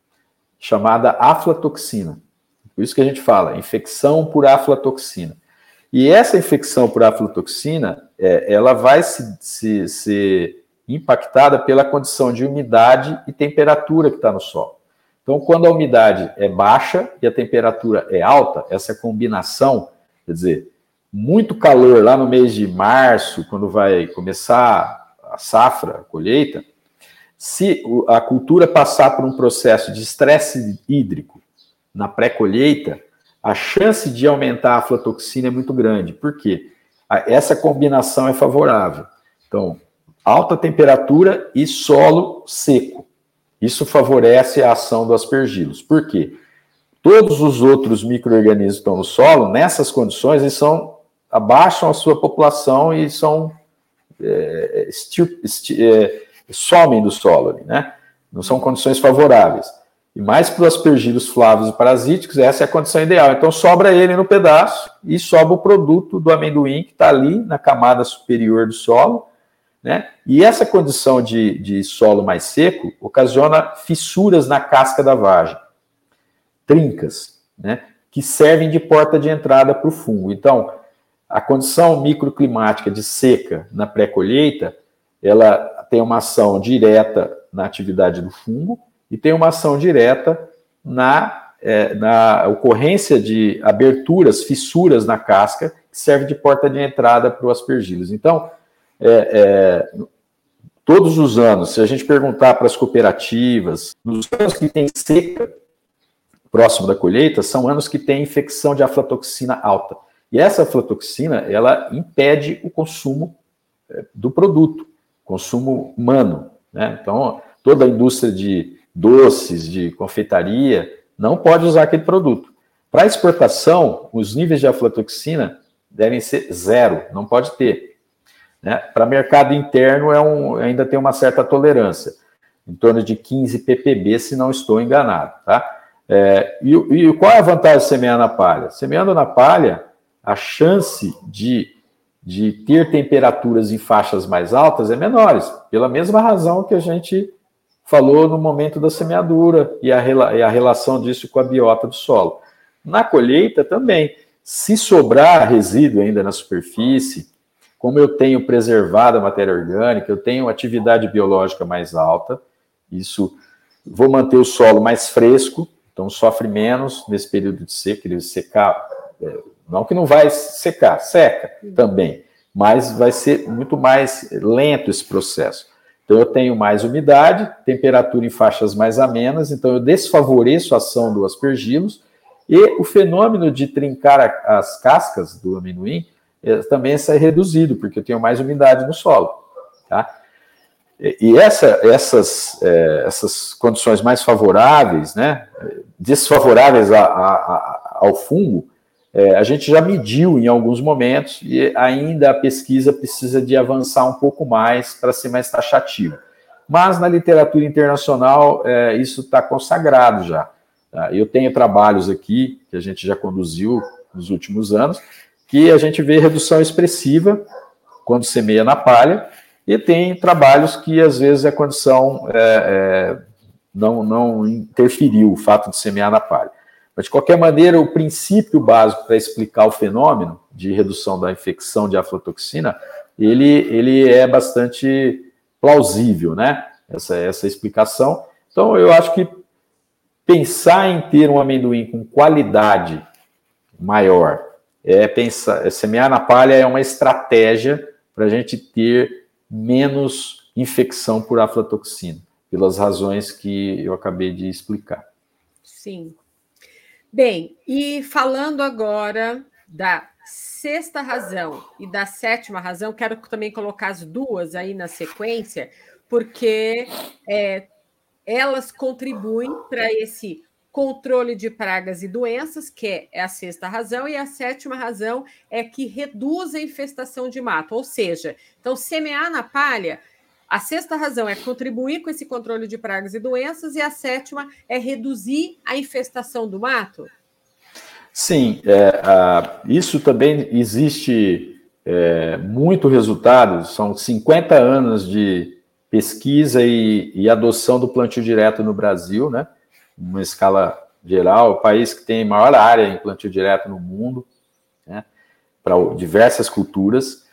chamada aflatoxina. Por isso que a gente fala, infecção por aflatoxina. E essa infecção por aflatoxina, é, ela vai se, se, ser impactada pela condição de umidade e temperatura que está no solo. Então, quando a umidade é baixa e a temperatura é alta, essa combinação, quer dizer, muito calor lá no mês de março, quando vai começar a safra, a colheita, se a cultura passar por um processo de estresse hídrico na pré-colheita, a chance de aumentar a aflatoxina é muito grande. Por quê? Essa combinação é favorável. Então, alta temperatura e solo seco. Isso favorece a ação do aspergillus. Por quê? Todos os outros micro-organismos que estão no solo, nessas condições, eles são, abaixam a sua população e são é, estir, estir, é, somem do solo, né? Não são condições favoráveis. E mais para os aspergilos flavos e parasíticos, essa é a condição ideal. Então, sobra ele no pedaço e sobra o produto do amendoim que está ali na camada superior do solo, né? E essa condição de, de solo mais seco ocasiona fissuras na casca da vagem, trincas, né? Que servem de porta de entrada para o fungo. Então, a condição microclimática de seca na pré-colheita, ela tem uma ação direta na atividade do fungo, e tem uma ação direta na, é, na ocorrência de aberturas, fissuras na casca, que serve de porta de entrada para os aspergilos. Então, é, é, todos os anos, se a gente perguntar para as cooperativas, nos anos que tem seca próximo da colheita, são anos que tem infecção de aflatoxina alta. E essa aflatoxina, ela impede o consumo do produto, consumo humano, né? Então, toda a indústria de doces, de confeitaria, não pode usar aquele produto. Para exportação, os níveis de aflatoxina devem ser zero, não pode ter. Né? Para mercado interno, é um, ainda tem uma certa tolerância, em torno de quinze ppb, se não estou enganado. Tá? É, e, e qual é a vantagem de semear na palha? Semeando na palha, a chance de, de ter temperaturas em faixas mais altas é menores, pela mesma razão que a gente falou no momento da semeadura e a, e a relação disso com a biota do solo. Na colheita também, se sobrar resíduo ainda na superfície, como eu tenho preservado a matéria orgânica, eu tenho atividade biológica mais alta, isso, vou manter o solo mais fresco, então sofre menos nesse período de seca, ele secar, não que não vai secar, seca também, mas vai ser muito mais lento esse processo. Então, eu tenho mais umidade, temperatura em faixas mais amenas, então eu desfavoreço a ação dos aspergilos, e o fenômeno de trincar a, as cascas do amendoim é, também sai reduzido, porque eu tenho mais umidade no solo. Tá? E, e essa, essas, é, essas condições mais favoráveis, né, desfavoráveis a, a, a, ao fungo, É, a gente já mediu em alguns momentos e ainda a pesquisa precisa de avançar um pouco mais para ser mais taxativo. Mas na literatura internacional é, isso está consagrado já. Tá? Eu tenho trabalhos aqui que a gente já conduziu nos últimos anos que a gente vê redução expressiva quando semeia na palha e tem trabalhos que às vezes a condição é, é, não, não interferiu o fato de semear na palha. Mas, de qualquer maneira, o princípio básico para explicar o fenômeno de redução da infecção de aflatoxina, ele, ele é bastante plausível, né? Essa, essa explicação. Então, eu acho que pensar em ter um amendoim com qualidade maior, é pensar, é semear na palha é uma estratégia para a gente ter menos infecção por aflatoxina, pelas razões que eu acabei de explicar. Sim. Bem, e falando agora da sexta razão e da sétima razão, quero também colocar as duas aí na sequência, porque é, elas contribuem para esse controle de pragas e doenças, que é a sexta razão, e a sétima razão é que reduz a infestação de mato, ou seja, então semear na palha. A sexta razão é contribuir com esse controle de pragas e doenças, e a sétima é reduzir a infestação do mato? Sim, é, a, isso também existe é, muito resultado, são cinquenta anos de pesquisa e, e adoção do plantio direto no Brasil, né? Uma escala geral, o país que tem maior área em plantio direto no mundo, né? Para diversas culturas,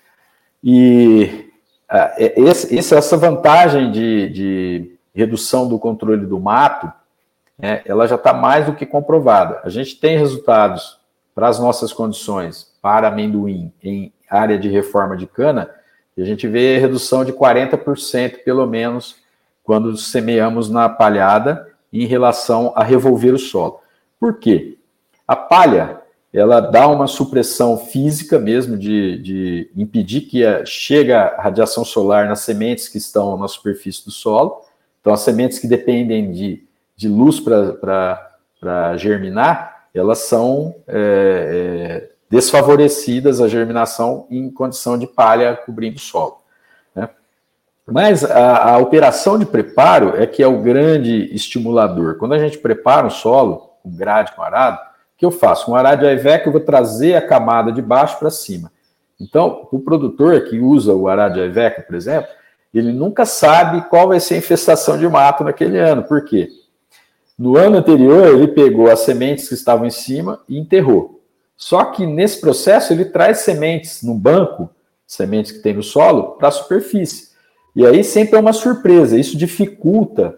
e Esse, essa vantagem de, de redução do controle do mato, é, ela já está mais do que comprovada. A gente tem resultados para as nossas condições, para amendoim, em área de reforma de cana, e a gente vê redução de quarenta por cento, pelo menos, quando semeamos na palhada, em relação a revolver o solo. Por quê? A palha, ela dá uma supressão física mesmo de, de impedir que a, chegue a radiação solar nas sementes que estão na superfície do solo. Então, as sementes que dependem de, de luz para germinar, elas são é, é, desfavorecidas a germinação em condição de palha cobrindo o solo. Mas a, a operação de preparo é que é o grande estimulador. Quando a gente prepara um solo, com grade, com arado, o que eu faço? Com arado de Aivac, eu vou trazer a camada de baixo para cima. Então, o produtor que usa o arado de Aivac, por exemplo, ele nunca sabe qual vai ser a infestação de mato naquele ano. Por quê? No ano anterior, ele pegou as sementes que estavam em cima e enterrou. Só que nesse processo, ele traz sementes no banco, sementes que tem no solo, para a superfície. E aí sempre é uma surpresa. Isso dificulta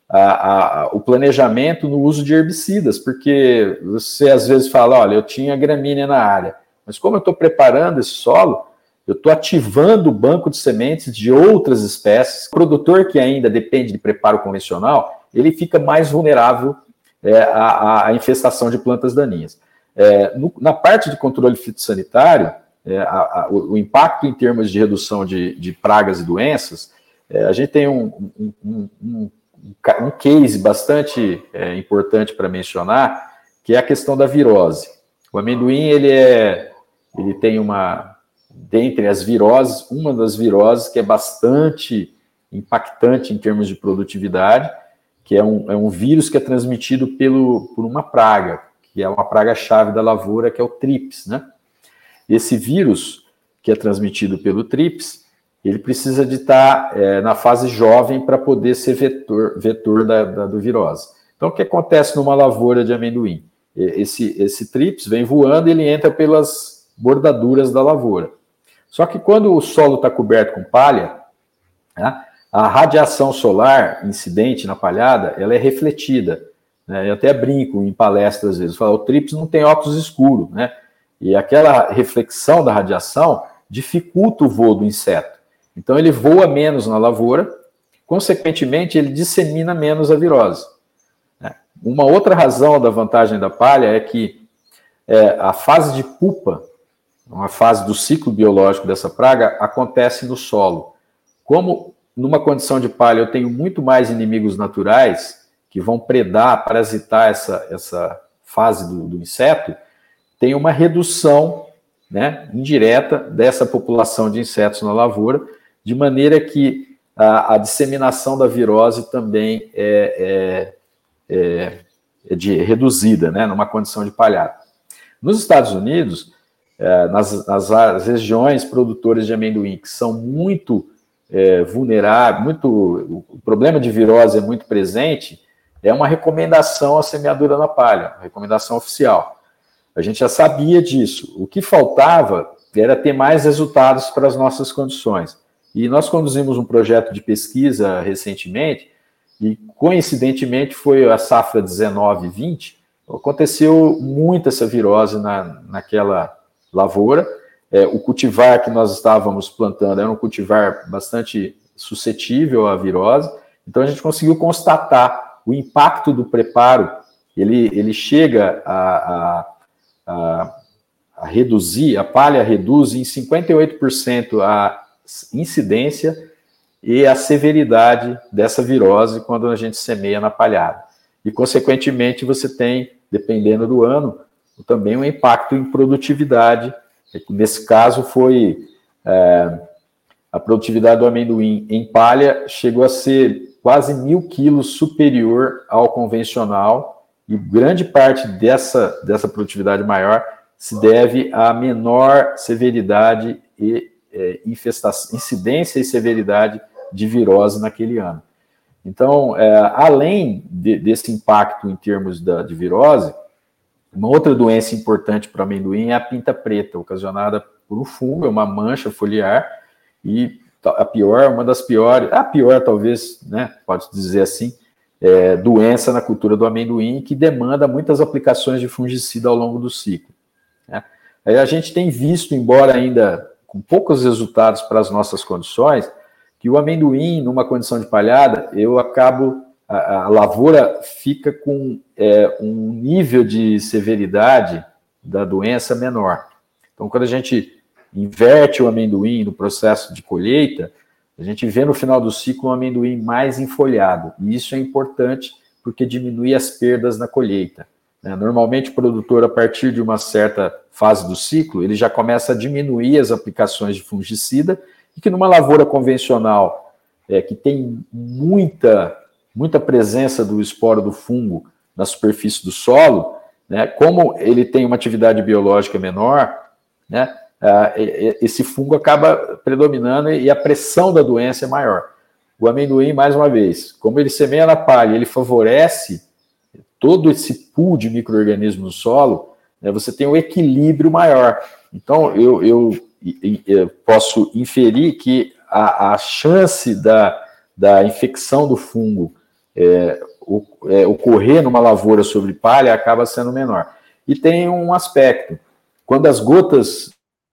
a, a, o planejamento no uso de herbicidas, porque você às vezes fala, olha, eu tinha gramínea na área, mas como eu estou preparando esse solo, eu estou ativando o banco de sementes de outras espécies. O produtor que ainda depende de preparo convencional, ele fica mais vulnerável é, à, à infestação de plantas daninhas. É, no, na parte de controle fitossanitário, é, a, a, o, o impacto em termos de redução de, de pragas e doenças, é, a gente tem um, um, um, um, um case bastante é, importante para mencionar, que é a questão da virose. O amendoim, ele, é, ele tem uma, dentre as viroses, uma das viroses que é bastante impactante em termos de produtividade, que é um, é um vírus que é transmitido pelo, por uma praga, que é uma praga-chave da lavoura, que é o trips, né? Esse vírus, que é transmitido pelo trips, ele precisa de estar é, na fase jovem para poder ser vetor, vetor da, da do virose. Então, o que acontece numa lavoura de amendoim? Esse, esse trips vem voando e ele entra pelas bordaduras da lavoura. Só que quando o solo está coberto com palha, né, a radiação solar incidente na palhada, ela é refletida. Né? Eu até brinco em palestras às vezes, falo, o trips não tem óculos escuros, né? E aquela reflexão da radiação dificulta o voo do inseto. Então ele voa menos na lavoura, consequentemente ele dissemina menos a virose. Uma outra razão da vantagem da palha é que é, a fase de pupa, uma fase do ciclo biológico dessa praga, acontece no solo. Como numa condição de palha eu tenho muito mais inimigos naturais que vão predar, parasitar essa, essa fase do, do inseto, tem uma redução, né, indireta dessa população de insetos na lavoura, de maneira que a, a disseminação da virose também é, é, é, é de, reduzida, né, numa condição de palhada. Nos Estados Unidos, é, nas, nas, nas regiões produtoras de amendoim, que são muito é, vulneráveis, muito, o problema de virose é muito presente, é uma recomendação a semeadura na palha, recomendação oficial. A gente já sabia disso. O que faltava era ter mais resultados para as nossas condições. E nós conduzimos um projeto de pesquisa recentemente, e coincidentemente foi a safra dezenove vinte, aconteceu muito essa virose na, naquela lavoura. É, o cultivar que nós estávamos plantando era um cultivar bastante suscetível à virose, então a gente conseguiu constatar o impacto do preparo, ele, ele chega a, a, a, a reduzir, a palha reduz em cinquenta e oito por cento a incidência e a severidade dessa virose quando a gente semeia na palhada. E, consequentemente, você tem, dependendo do ano, também um impacto em produtividade. Nesse caso, foi é, a produtividade do amendoim em palha chegou a ser quase mil quilos superior ao convencional, e grande parte dessa, dessa produtividade maior se deve à menor severidade e é, infestação, incidência e severidade de virose naquele ano. Então, é, além de, desse impacto em termos da, de virose, uma outra doença importante para o amendoim é a pinta preta, ocasionada por um fungo, é uma mancha foliar, e a pior, uma das piores, a pior talvez, né, pode dizer assim, é, doença na cultura do amendoim, que demanda muitas aplicações de fungicida ao longo do ciclo. Né? Aí a gente tem visto, embora ainda com poucos resultados para as nossas condições, que o amendoim, numa condição de palhada, eu acabo, a, a lavoura fica com é, um nível de severidade da doença menor. Então, quando a gente inverte o amendoim no processo de colheita, a gente vê no final do ciclo um amendoim mais enfolhado. E isso é importante porque diminui as perdas na colheita. Normalmente, o produtor, a partir de uma certa fase do ciclo, ele já começa a diminuir as aplicações de fungicida, e que numa lavoura convencional, é, que tem muita, muita presença do esporo do fungo na superfície do solo, né, como ele tem uma atividade biológica menor, né, esse fungo acaba predominando e a pressão da doença é maior. O amendoim, mais uma vez, como ele semeia na palha, ele favorece todo esse pool de micro-organismos no solo, né, você tem um equilíbrio maior. Então, eu, eu, eu posso inferir que a, a chance da, da infecção do fungo é, o, é, ocorrer numa lavoura sobre palha acaba sendo menor. E tem um aspecto, quando as gotas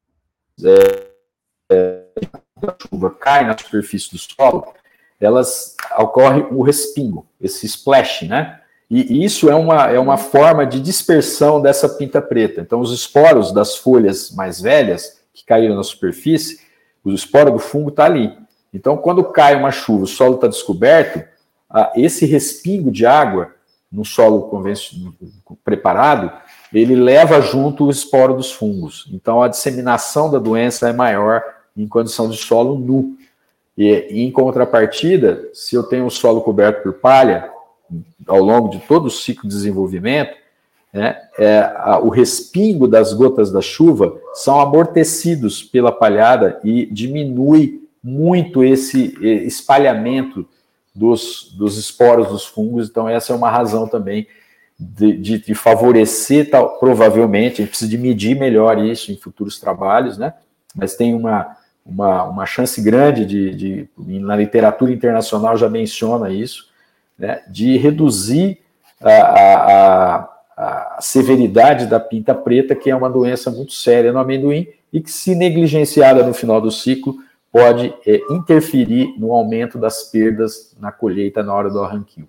é, é, da chuva caem na superfície do solo, elas ocorre o respingo, esse splash, né? E isso é uma, é uma forma de dispersão dessa pinta preta. Então, os esporos das folhas mais velhas, que caíram na superfície, o esporo do fungo está ali. Então, quando cai uma chuva, o solo está descoberto, esse respingo de água no solo convencional preparado, ele leva junto o esporo dos fungos. Então, a disseminação da doença é maior em condição de solo nu. E, em contrapartida, se eu tenho o solo coberto por palha, ao longo de todo o ciclo de desenvolvimento, né, é, a, o respingo das gotas da chuva são amortecidos pela palhada e diminui muito esse espalhamento dos, dos esporos dos fungos. Então, essa é uma razão também de, de, de favorecer, tal, provavelmente, a gente precisa de medir melhor isso em futuros trabalhos, né, mas tem uma, uma, uma chance grande de, de, na literatura internacional já menciona isso, né, de reduzir a, a, a, a severidade da pinta preta, que é uma doença muito séria no amendoim e que, se negligenciada no final do ciclo, pode é, interferir no aumento das perdas na colheita na hora do arranquio.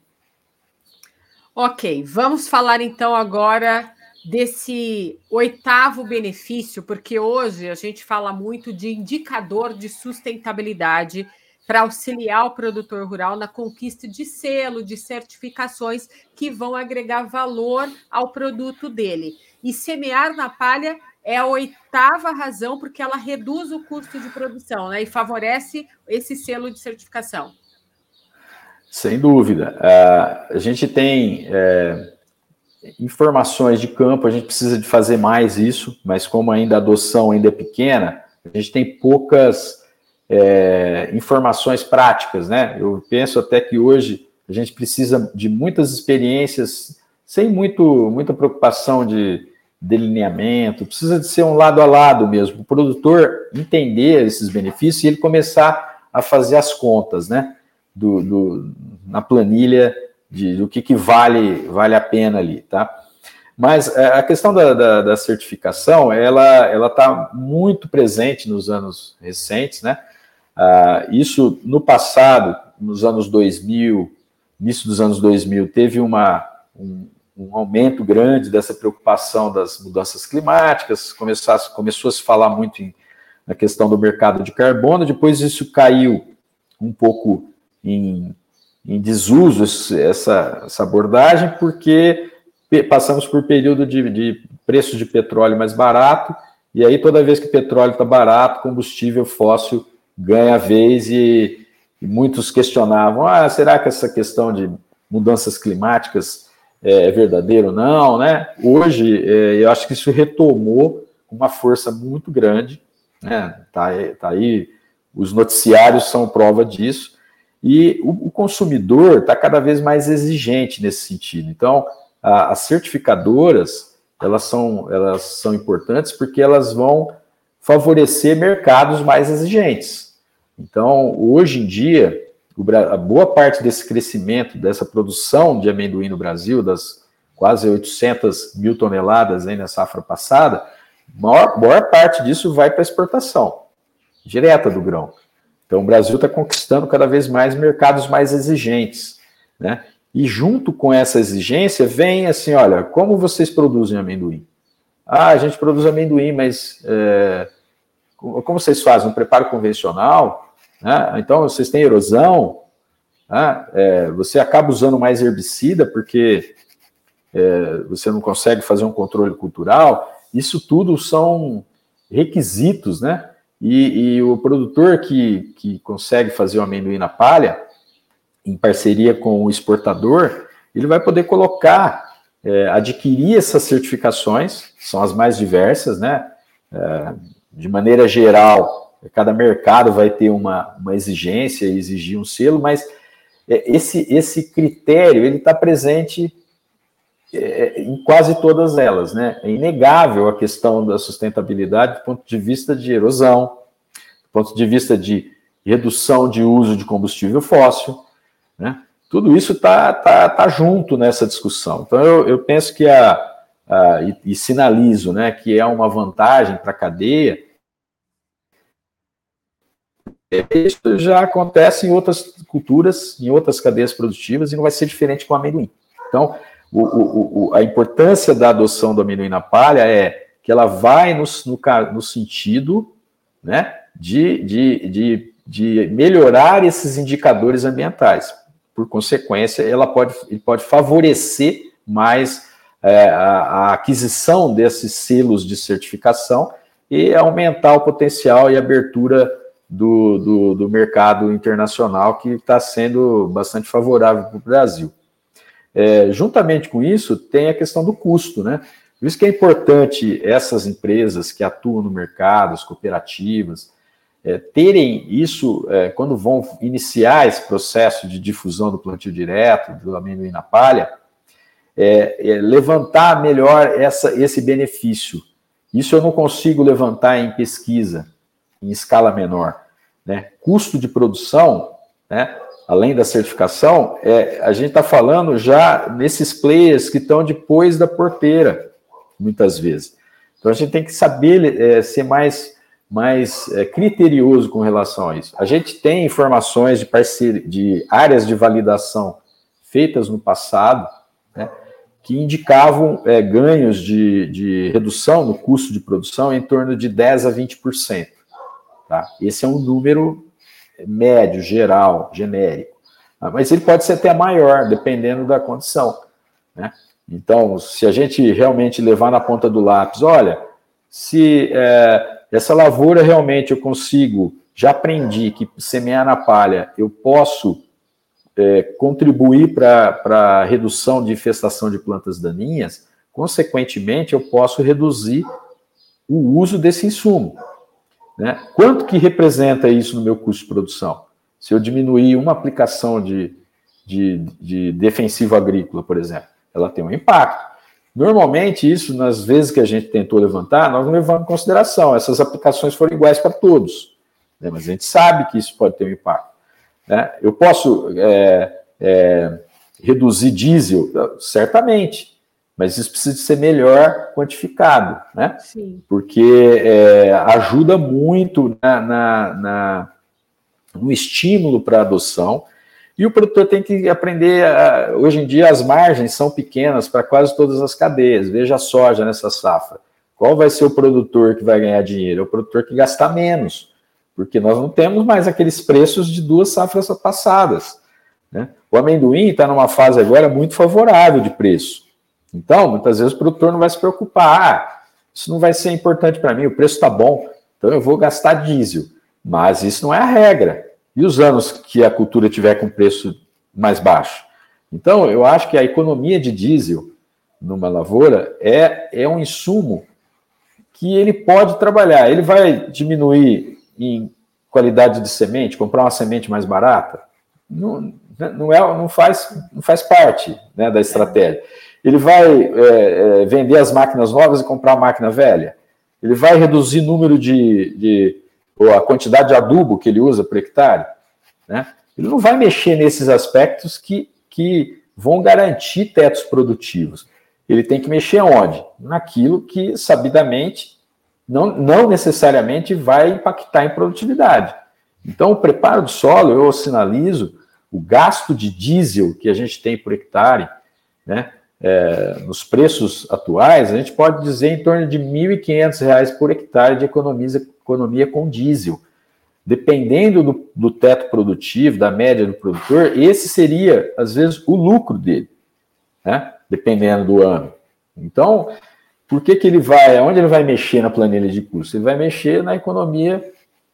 Ok, vamos falar então agora desse oitavo benefício, porque hoje a gente fala muito de indicador de sustentabilidade para auxiliar o produtor rural na conquista de selo, de certificações que vão agregar valor ao produto dele. E semear na palha é a oitava razão, porque ela reduz o custo de produção, né, e favorece esse selo de certificação. Sem dúvida. Uh, a gente tem é, informações de campo, a gente precisa de fazer mais isso, mas como ainda a adoção ainda é pequena, a gente tem poucas É, informações práticas, né? Eu penso até que hoje a gente precisa de muitas experiências sem muito, muita preocupação de delineamento, precisa de ser um lado a lado mesmo, o produtor entender esses benefícios e ele começar a fazer as contas, né? Do, do, na planilha de, do que, que vale, vale a pena ali, tá? Mas a questão da, da, da certificação, ela ela está muito presente nos anos recentes, né? Uh, isso, no passado, nos anos dois mil, início dos anos dois mil, teve uma, um, um aumento grande dessa preocupação das mudanças climáticas, começou, começou a se falar muito em, na questão do mercado de carbono, depois isso caiu um pouco em, em desuso, essa, essa abordagem, porque passamos por período de, de preço de petróleo mais barato, e aí toda vez que o petróleo está barato, combustível fóssil ganha vez, e, e muitos questionavam, ah, será que essa questão de mudanças climáticas é, é verdadeira ou não, né? Hoje, é, eu acho que isso retomou com uma força muito grande, né? Tá, tá aí, os noticiários são prova disso, e o, o consumidor está cada vez mais exigente nesse sentido. Então, a, as certificadoras, elas são, elas são importantes porque elas vão favorecer mercados mais exigentes. Então, hoje em dia, a boa parte desse crescimento, dessa produção de amendoim no Brasil, das quase oitocentas mil toneladas aí na safra passada, a maior, maior parte disso vai para exportação, direta do grão. Então, o Brasil está conquistando cada vez mais mercados mais exigentes, né? E junto com essa exigência vem assim, olha, como vocês produzem amendoim? Ah, a gente produz amendoim, mas é, como vocês fazem? Um preparo convencional? Né? Então, vocês têm erosão? Né? É, você acaba usando mais herbicida porque é, você não consegue fazer um controle cultural? Isso tudo são requisitos, né? E, e o produtor que, que consegue fazer o amendoim na palha, em parceria com o exportador, ele vai poder colocar, é, adquirir essas certificações, são as mais diversas, né? É, de maneira geral, cada mercado vai ter uma, uma exigência, exigir um selo, mas esse, esse critério ele está presente é, em quase todas elas, né? É inegável a questão da sustentabilidade do ponto de vista de erosão, do ponto de vista de redução de uso de combustível fóssil, né? Tudo isso está tá, tá junto nessa discussão. Então, eu, eu penso que a, a e, e sinalizo, né, que é uma vantagem para a cadeia. Isso já acontece em outras culturas, em outras cadeias produtivas, e não vai ser diferente com o amendoim. Então, o, o, o, a importância da adoção do amendoim na palha é que ela vai no, no, no sentido, né, de, de, de, de melhorar esses indicadores ambientais. Por consequência, ela pode, ele pode favorecer mais é, a, a aquisição desses selos de certificação e aumentar o potencial e abertura do, do, do mercado internacional, que está sendo bastante favorável para o Brasil. É, juntamente com isso, tem a questão do custo, né? Por isso que é importante essas empresas que atuam no mercado, as cooperativas, É, terem isso, é, quando vão iniciar esse processo de difusão do plantio direto, do amendoim na palha, é, é, levantar melhor essa, esse benefício. Isso eu não consigo levantar em pesquisa, em escala menor, né? Custo de produção, né, além da certificação, é, a gente está falando já nesses players que estão depois da porteira, muitas vezes. Então, a gente tem que saber é, ser mais... mais é, criterioso com relação a isso. A gente tem informações de, parceria, de áreas de validação feitas no passado, né, que indicavam é, ganhos de, de redução no custo de produção em torno de dez a vinte por cento. Tá? Esse é um número médio, geral, genérico. Tá? Mas ele pode ser até maior, dependendo da condição, né? Então, se a gente realmente levar na ponta do lápis, olha, se... É, essa lavoura realmente eu consigo, já aprendi que semear na palha eu posso é, contribuir para a redução de infestação de plantas daninhas, consequentemente eu posso reduzir o uso desse insumo, né? Quanto que representa isso no meu custo de produção? Se eu diminuir uma aplicação de, de, de defensivo agrícola, por exemplo, ela tem um impacto. Normalmente, isso, nas vezes que a gente tentou levantar, nós não levamos em consideração. Essas aplicações foram iguais para todos, né? Mas a gente sabe que isso pode ter um impacto, né? Eu posso é, é, reduzir diesel? Certamente, mas isso precisa ser melhor quantificado, né? Sim. Porque é, ajuda muito na, na, na, no estímulo para a adoção. E o produtor tem que aprender, a, hoje em dia as margens são pequenas para quase todas as cadeias. Veja a soja nessa safra. Qual vai ser o produtor que vai ganhar dinheiro? É o produtor que gasta menos, porque nós não temos mais aqueles preços de duas safras passadas, né? O amendoim está numa fase agora muito favorável de preço. Então, muitas vezes o produtor não vai se preocupar. Ah, isso não vai ser importante para mim, o preço está bom, então eu vou gastar diesel. Mas isso não é a regra. E os anos que a cultura tiver com preço mais baixo? Então, eu acho que a economia de diesel numa lavoura é, é um insumo que ele pode trabalhar. Ele vai diminuir em qualidade de semente, comprar uma semente mais barata? Não, não, é, não, faz, não faz parte, né, da estratégia. Ele vai é, é, vender as máquinas novas e comprar a máquina velha? Ele vai reduzir o número de... de ou a quantidade de adubo que ele usa por hectare, né? Ele não vai mexer nesses aspectos que, que vão garantir tetos produtivos. Ele tem que mexer onde? Naquilo que, sabidamente, não, não necessariamente vai impactar em produtividade. Então, o preparo do solo, eu sinalizo o gasto de diesel que a gente tem por hectare, né? É, nos preços atuais, a gente pode dizer em torno de mil e quinhentos reais por hectare de economia, economia com diesel. Dependendo do, do teto produtivo, da média do produtor, esse seria, às vezes, o lucro dele, né? Dependendo do ano. Então, por que que ele vai, onde ele vai mexer na planilha de custos? Ele vai mexer na economia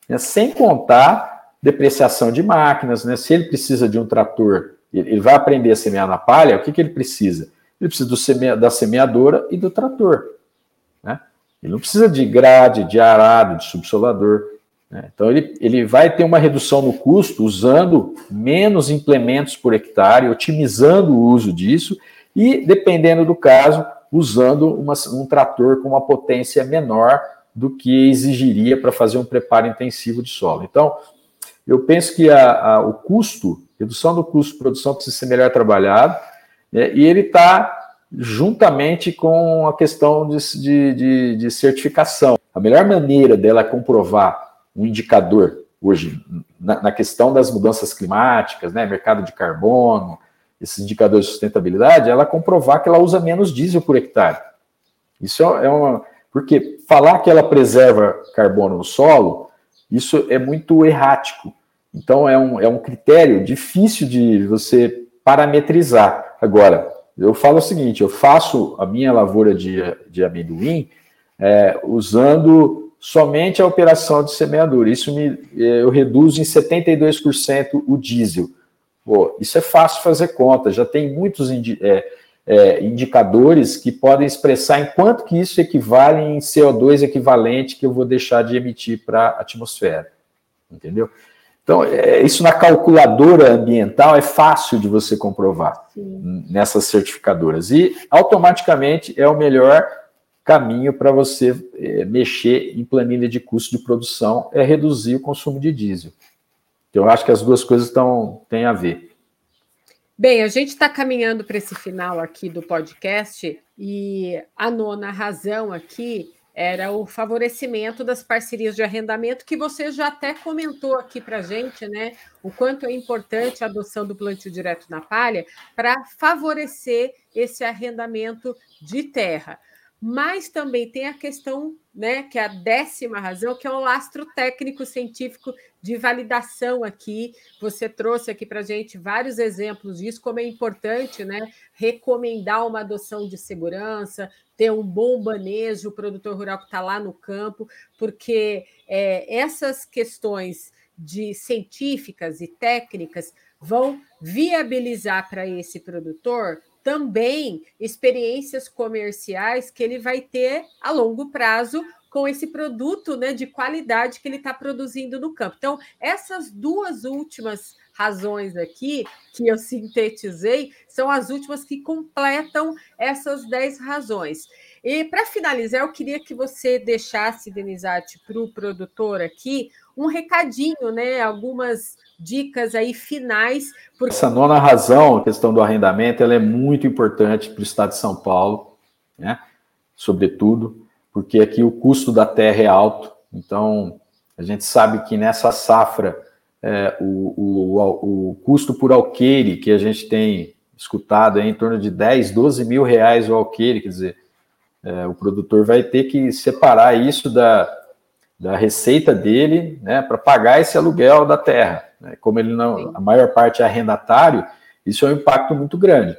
né? Sem contar depreciação de máquinas, né? Se ele precisa de um trator, ele vai aprender a semear na palha, o que, que ele precisa? Ele precisa do seme... da semeadora e do trator, né? Ele não precisa de grade, de arado, de subsolador, né? Então, ele, ele vai ter uma redução no custo usando menos implementos por hectare, otimizando o uso disso e, dependendo do caso, usando uma, um trator com uma potência menor do que exigiria para fazer um preparo intensivo de solo. Então, eu penso que a, a, o custo, redução do custo de produção precisa ser melhor trabalhado, né? E ele está juntamente com a questão de, de, de, de certificação. A melhor maneira dela comprovar um indicador hoje na, na questão das mudanças climáticas, né, mercado de carbono, esses indicadores de sustentabilidade, ela comprovar que ela usa menos diesel por hectare. Isso é uma... Porque falar que ela preserva carbono no solo, isso é muito errático. Então, é um, é um critério difícil de você parametrizar. Agora, eu falo o seguinte, eu faço a minha lavoura de, de amendoim é, usando somente a operação de semeadura. Isso me, eu reduzo em setenta e dois por cento o diesel. Pô, isso é fácil fazer conta, já tem muitos indi, é, é, indicadores que podem expressar em quanto que isso equivale em C O dois equivalente que eu vou deixar de emitir para a atmosfera. Entendeu? Então, é, isso na calculadora ambiental é fácil de você comprovar. Sim. Nessas certificadoras. E, automaticamente, é o melhor caminho para você é, mexer em planilha de custo de produção, é reduzir o consumo de diesel. Então, eu acho que as duas coisas estão, têm a ver. Bem, a gente está caminhando para esse final aqui do podcast e a nona razão aqui era o favorecimento das parcerias de arrendamento, que você já até comentou aqui para a gente, né? O quanto é importante a adoção do plantio direto na palha para favorecer esse arrendamento de terra. Mas também tem a questão, né, que é a décima razão, que é o lastro técnico-científico de validação aqui. Você trouxe aqui para a gente vários exemplos disso, como é importante, né, recomendar uma adoção de segurança, ter um bom manejo, o produtor rural que está lá no campo, porque é, essas questões de científicas e técnicas vão viabilizar para esse produtor também experiências comerciais que ele vai ter a longo prazo com esse produto, né, de qualidade que ele está produzindo no campo. Então, essas duas últimas razões aqui, que eu sintetizei, são as últimas que completam essas dez razões. E, para finalizar, eu queria que você deixasse, Denizate, para o produtor aqui, um recadinho, né, algumas dicas aí finais. Porque... Essa nona razão, a questão do arrendamento, ela é muito importante para o estado de São Paulo, né, sobretudo, porque aqui o custo da terra é alto, então a gente sabe que nessa safra é, o, o, o custo por alqueire que a gente tem escutado é em torno de dez, doze mil reais o alqueire, quer dizer, é, o produtor vai ter que separar isso da, da receita dele, né, para pagar esse aluguel da terra, né, como ele não, a maior parte é arrendatário, isso é um impacto muito grande.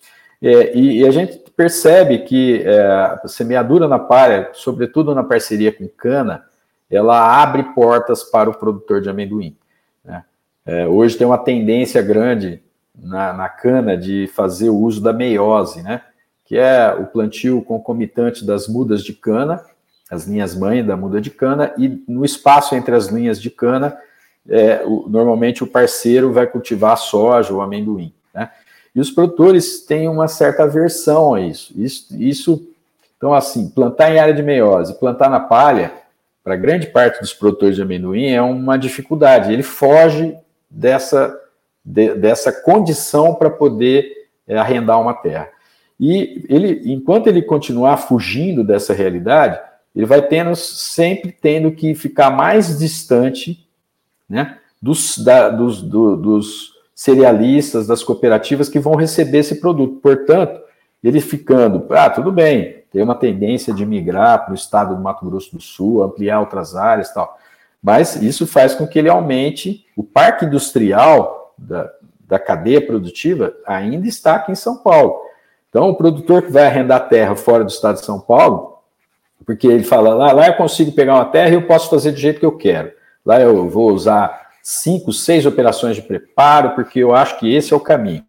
É, e, e a gente percebe que é, a semeadura na palha, sobretudo na parceria com cana, ela abre portas para o produtor de amendoim, né? É, hoje tem uma tendência grande na, na cana de fazer o uso da meiose, né, que é o plantio concomitante das mudas de cana, as linhas mãe da muda de cana, e no espaço entre as linhas de cana, é, o, normalmente o parceiro vai cultivar a soja ou amendoim, né? E os produtores têm uma certa aversão a isso. isso. Isso, então, assim, plantar em área de meiose, plantar na palha, para grande parte dos produtores de amendoim, é uma dificuldade. Ele foge dessa, de, dessa condição para poder é, arrendar uma terra. E ele, enquanto ele continuar fugindo dessa realidade, ele vai tendo, sempre tendo que ficar mais distante, né, dos, da, dos, do, dos cerealistas, das cooperativas que vão receber esse produto. Portanto, ele ficando, ah, tudo bem, tem uma tendência de migrar para o estado do Mato Grosso do Sul, ampliar outras áreas e tal, mas isso faz com que ele aumente, o parque industrial da, da cadeia produtiva ainda está aqui em São Paulo. Então, o produtor que vai arrendar terra fora do estado de São Paulo, porque ele fala, lá, lá eu consigo pegar uma terra e eu posso fazer do jeito que eu quero. lá eu vou usar cinco, seis operações de preparo, porque eu acho que esse é o caminho.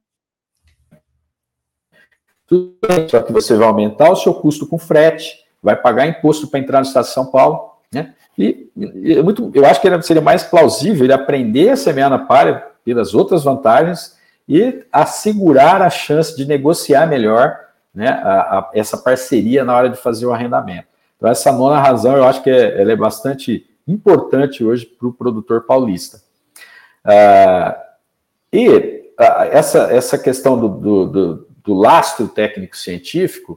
Só que você vai aumentar o seu custo com frete, vai pagar imposto para entrar no estado de São Paulo, né? E, e é muito, eu acho que seria mais plausível ele aprender a semear na palha pelas outras vantagens e assegurar a chance de negociar melhor, né, a, a, essa parceria na hora de fazer o arrendamento. Então, essa nona razão, eu acho que é, ela é bastante importante hoje para o produtor paulista. Ah, e ah, essa, essa questão do, do, do, do lastro técnico-científico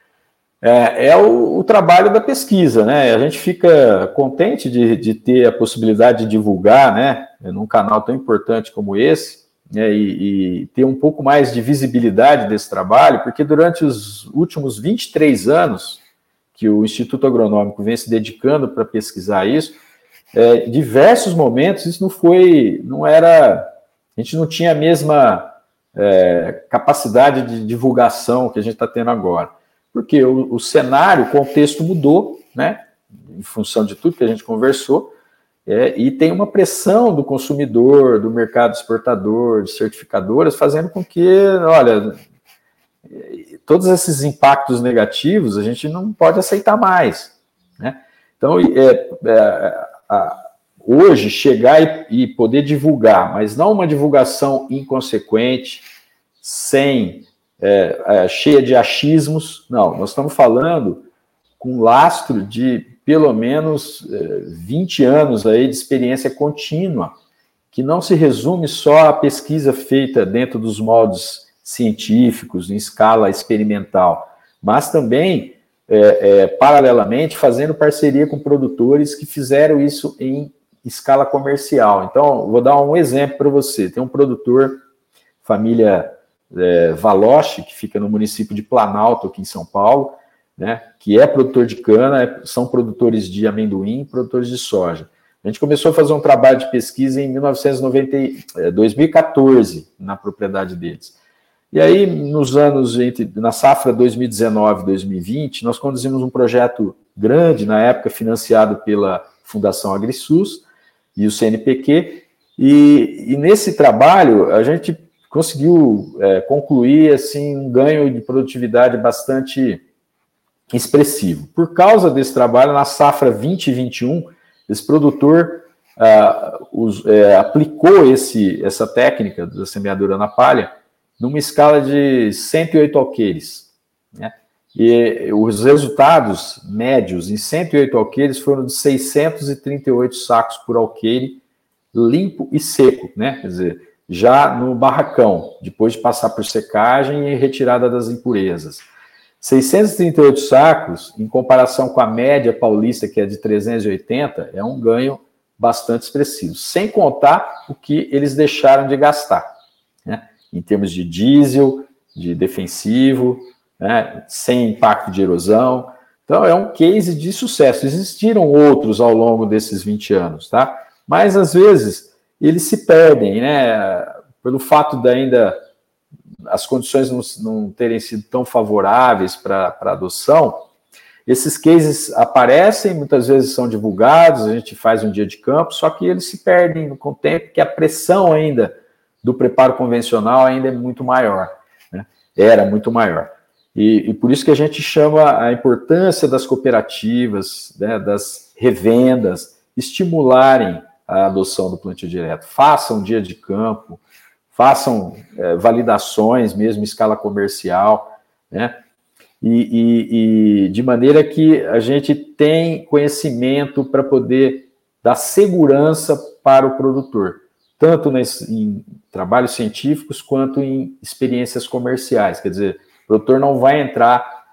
é, é o, o trabalho da pesquisa, né? A gente fica contente de, de ter a possibilidade de divulgar, né, num canal tão importante como esse, né, e, e ter um pouco mais de visibilidade desse trabalho, porque durante os últimos vinte e três anos que o Instituto Agronômico vem se dedicando para pesquisar isso, é, em diversos momentos isso não foi, não era, a gente não tinha a mesma é, capacidade de divulgação que a gente está tendo agora, porque o, o cenário, o contexto mudou, né, em função de tudo que a gente conversou, é, e tem uma pressão do consumidor, do mercado exportador, de certificadoras, fazendo com que, olha, todos esses impactos negativos a gente não pode aceitar mais, né? Então, é, é, a, hoje, chegar e, e poder divulgar, mas não uma divulgação inconsequente, sem, é, é, cheia de achismos, não, nós estamos falando com lastro de pelo menos é, vinte anos aí de experiência contínua, que não se resume só à pesquisa feita dentro dos moldes científicos, em escala experimental, mas também, é, é, paralelamente, fazendo parceria com produtores que fizeram isso em escala comercial. Então, vou dar um exemplo para você. Tem um produtor, família é, Valoche, que fica no município de Planalto, aqui em São Paulo, né, que é produtor de cana, são produtores de amendoim, produtores de soja. A gente começou a fazer um trabalho de pesquisa em mil novecentos e noventa, dois mil e quatorze, na propriedade deles. E aí, nos anos, entre, na safra dois mil e dezenove e dois mil e vinte, nós conduzimos um projeto grande, na época financiado pela Fundação AgriSUS e o C N P Q, e, e nesse trabalho a gente conseguiu é, concluir assim, um ganho de produtividade bastante expressivo. Por causa desse trabalho, na safra vinte e vinte e um, esse produtor ah, os, é, aplicou esse, essa técnica da semeadura na palha numa escala de cento e oito alqueires, né? E os resultados médios em cento e oito alqueires foram de seiscentos e trinta e oito sacos por alqueire, limpo e seco, né? Quer dizer, já no barracão, depois de passar por secagem e retirada das impurezas. seiscentos e trinta e oito sacos, em comparação com a média paulista, que é de trezentos e oitenta, é um ganho bastante expressivo, sem contar o que eles deixaram de gastar, né? Em termos de diesel, de defensivo, né, sem impacto de erosão. Então, é um case de sucesso. Existiram outros ao longo desses vinte anos, tá? Mas, às vezes, eles se perdem, né? Pelo fato de ainda as condições não, não terem sido tão favoráveis para a adoção, esses cases aparecem, muitas vezes são divulgados, a gente faz um dia de campo, só que eles se perdem com o tempo, porque a pressão ainda do preparo convencional ainda é muito maior, né? Era muito maior. E, e por isso que a gente chama a importância das cooperativas, né, das revendas, estimularem a adoção do plantio direto. Façam dia de campo, façam é, validações mesmo em escala comercial, né? E, e, e de maneira que a gente tem conhecimento para poder dar segurança para o produtor, tanto nas, em trabalhos científicos quanto em experiências comerciais. Quer dizer, o produtor não vai entrar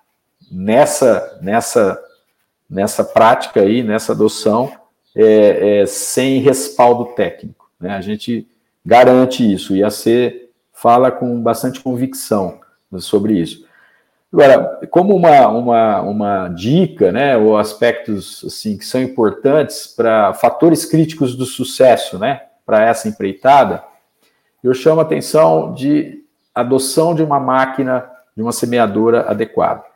nessa, nessa, nessa prática aí, nessa adoção, é, é, sem respaldo técnico, né? A gente garante isso, e a C fala com bastante convicção sobre isso. Agora, como uma, uma, uma dica, né, ou aspectos assim, que são importantes para fatores críticos do sucesso, né, para essa empreitada, eu chamo a atenção de adoção de uma máquina, de uma semeadora adequada.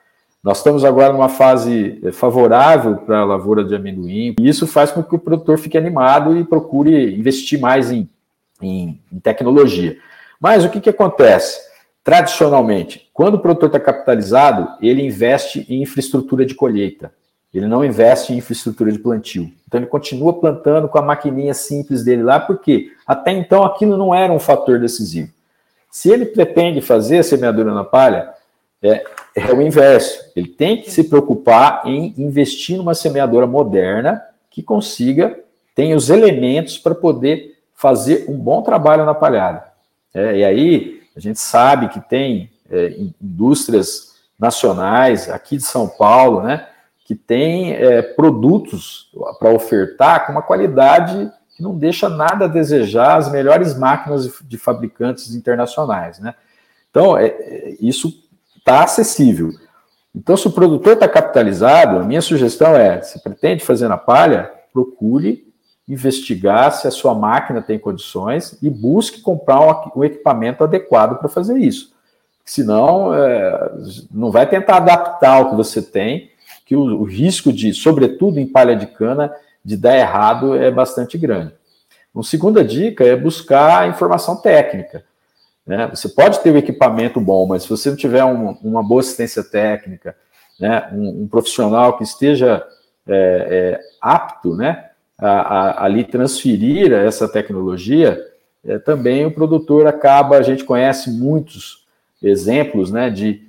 Nós estamos agora numa fase favorável para a lavoura de amendoim, e isso faz com que o produtor fique animado e procure investir mais em, em, em tecnologia. Mas o que, que acontece? Tradicionalmente, quando o produtor está capitalizado, ele investe em infraestrutura de colheita, ele não investe em infraestrutura de plantio. Então ele continua plantando com a maquininha simples dele lá, porque até então aquilo não era um fator decisivo. Se ele pretende fazer a semeadura na palha, é, é o inverso. Ele tem que se preocupar em investir numa semeadora moderna que consiga, tenha os elementos para poder fazer um bom trabalho na palhada. É, e aí a gente sabe que tem é, indústrias nacionais aqui de São Paulo, né, que tem é, produtos para ofertar com uma qualidade que não deixa nada a desejar as melhores máquinas de fabricantes internacionais, né? Então, é, isso está acessível. Então, se o produtor está capitalizado, a minha sugestão é, se pretende fazer na palha, procure investigar se a sua máquina tem condições e busque comprar um, um equipamento adequado para fazer isso. Senão, é, não vai tentar adaptar o que você tem, que o, o risco de, sobretudo em palha de cana, de dar errado é bastante grande. Uma segunda dica é buscar informação técnica. Né? Você pode ter o equipamento bom, mas se você não tiver um, uma boa assistência técnica, né? um, um profissional que esteja é, é, apto, né? a, a, a lhe transferir essa tecnologia, é, também o produtor acaba, a gente conhece muitos exemplos, né, de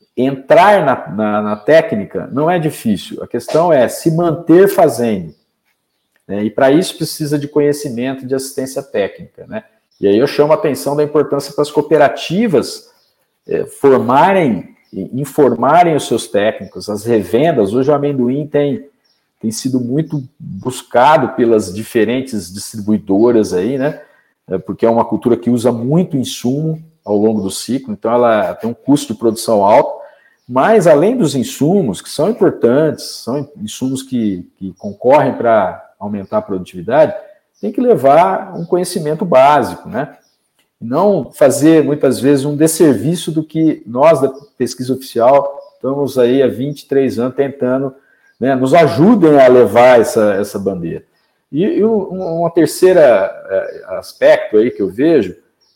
entrar na, na, na técnica, não é difícil, a questão é se manter fazendo, né? E para isso precisa de conhecimento de assistência técnica, né? E aí eu chamo a atenção da importância para as cooperativas é, formarem, informarem os seus técnicos, as revendas. Hoje o amendoim tem, tem sido muito buscado pelas diferentes distribuidoras aí, né? É, porque é uma cultura que usa muito insumo ao longo do ciclo, então ela tem um custo de produção alto, mas além dos insumos, que são importantes, são insumos que, que concorrem para aumentar a produtividade, tem que levar um conhecimento básico, né? Não fazer, muitas vezes, um desserviço do que nós, da pesquisa oficial, estamos aí há vinte e três anos tentando, né, nos ajudem a levar essa, essa bandeira. E, e um, uma terceira é, aspecto aí que eu vejo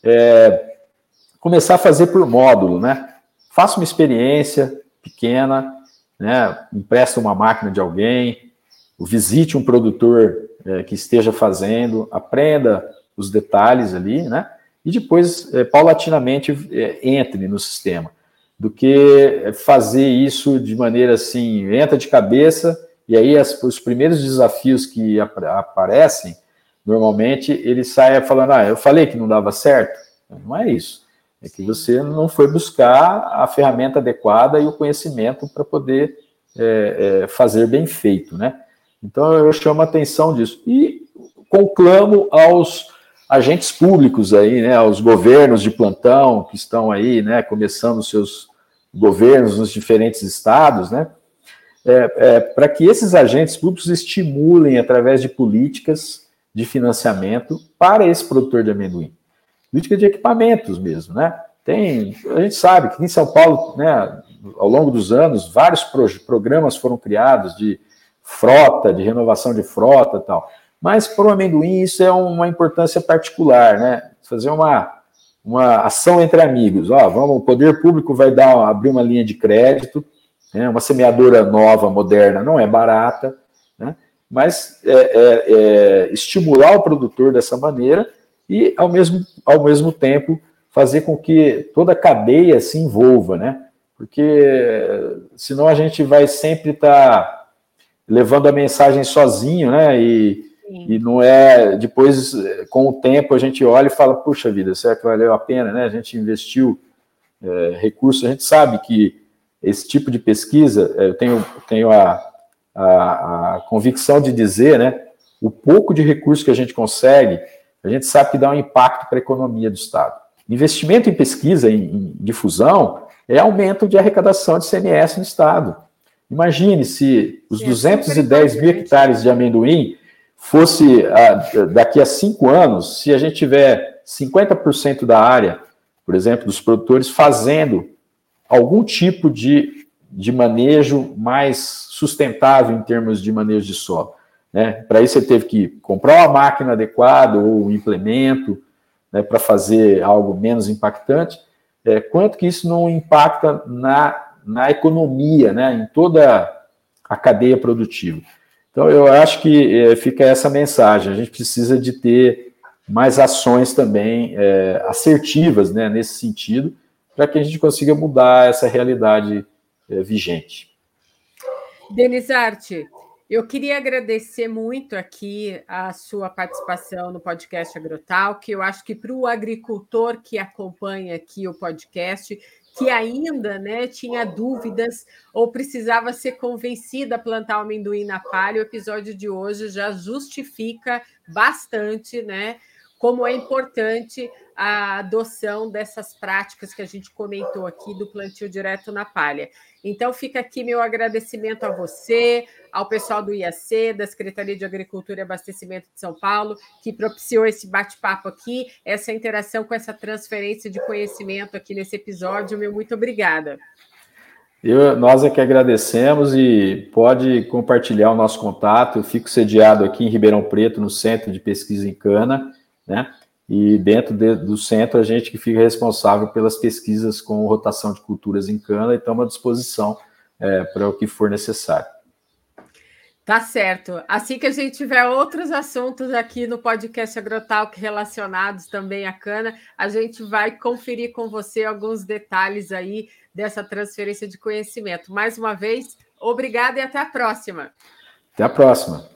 é começar a fazer por módulo, né? Faça uma experiência pequena, né? Empresta uma máquina de alguém, visite um produtor é, que esteja fazendo, aprenda os detalhes ali, né? E depois, é, paulatinamente, é, entre no sistema. Do que fazer isso de maneira assim, entra de cabeça, e aí as, os primeiros desafios que ap aparecem, normalmente, ele sai falando, ah, eu falei que não dava certo. Não é isso. É que você não foi buscar a ferramenta adequada e o conhecimento para poder é, é, fazer bem feito, né? Então, eu chamo a atenção disso. E conclamo aos agentes públicos aí, né, aos governos de plantão que estão aí, né, começando os seus governos nos diferentes estados, né, é, é, para que esses agentes públicos estimulem através de políticas de financiamento para esse produtor de amendoim. Política de equipamentos mesmo, né? Tem, a gente sabe que em São Paulo, né, ao longo dos anos, vários pro, programas foram criados de frota, de renovação de frota e tal. Mas para o amendoim isso é uma importância particular, né? Fazer uma, uma ação entre amigos. Ó, vamos, o poder público vai dar, abrir uma linha de crédito, né? Uma semeadora nova, moderna, não é barata, né? Mas é, é, é, estimular o produtor dessa maneira e, ao mesmo, ao mesmo tempo, fazer com que toda a cadeia se envolva, né? Porque senão a gente vai sempre estar tá levando a mensagem sozinho, né? E, e não é. Depois, com o tempo, a gente olha e fala: puxa vida, será que valeu a pena, né? A gente investiu é, recursos, a gente sabe que esse tipo de pesquisa, eu tenho, tenho a, a, a convicção de dizer, né? O pouco de recurso que a gente consegue, a gente sabe que dá um impacto para a economia do Estado. Investimento em pesquisa, em, em difusão, é aumento de arrecadação de I C M S no Estado. Imagine se os é duzentos e dez mil hectares de amendoim fosse, a, daqui a cinco anos, se a gente tiver cinquenta por cento da área, por exemplo, dos produtores fazendo algum tipo de, de manejo mais sustentável em termos de manejo de solo. Né? Para isso, você teve que comprar uma máquina adequada ou um implemento, né, para fazer algo menos impactante. É, quanto que isso não impacta na, na economia, né, em toda a cadeia produtiva. Então, eu acho que é, fica essa mensagem. A gente precisa de ter mais ações também é, assertivas, né, nesse sentido, para que a gente consiga mudar essa realidade é, vigente. Denizarte, eu queria agradecer muito aqui a sua participação no podcast Agrotalk. Eu acho que para o agricultor que acompanha aqui o podcast, que ainda, né, tinha dúvidas ou precisava ser convencido a plantar o amendoim na palha, o episódio de hoje já justifica bastante, né, como é importante a adoção dessas práticas que a gente comentou aqui do plantio direto na palha. Então, fica aqui meu agradecimento a você, ao pessoal do I A C, da Secretaria de Agricultura e Abastecimento de São Paulo, que propiciou esse bate-papo aqui, essa interação com essa transferência de conhecimento aqui nesse episódio. Meu muito obrigada. Eu, nós é que agradecemos e pode compartilhar o nosso contato. Eu fico sediado aqui em Ribeirão Preto, no Centro de Pesquisa em Cana, né? E dentro de, do centro, a gente que fica responsável pelas pesquisas com rotação de culturas em cana e estamos à disposição é, para o que for necessário. Tá certo. Assim que a gente tiver outros assuntos aqui no podcast Agrotalk relacionados também à cana, a gente vai conferir com você alguns detalhes aí dessa transferência de conhecimento. Mais uma vez, obrigada e até a próxima. Até a próxima.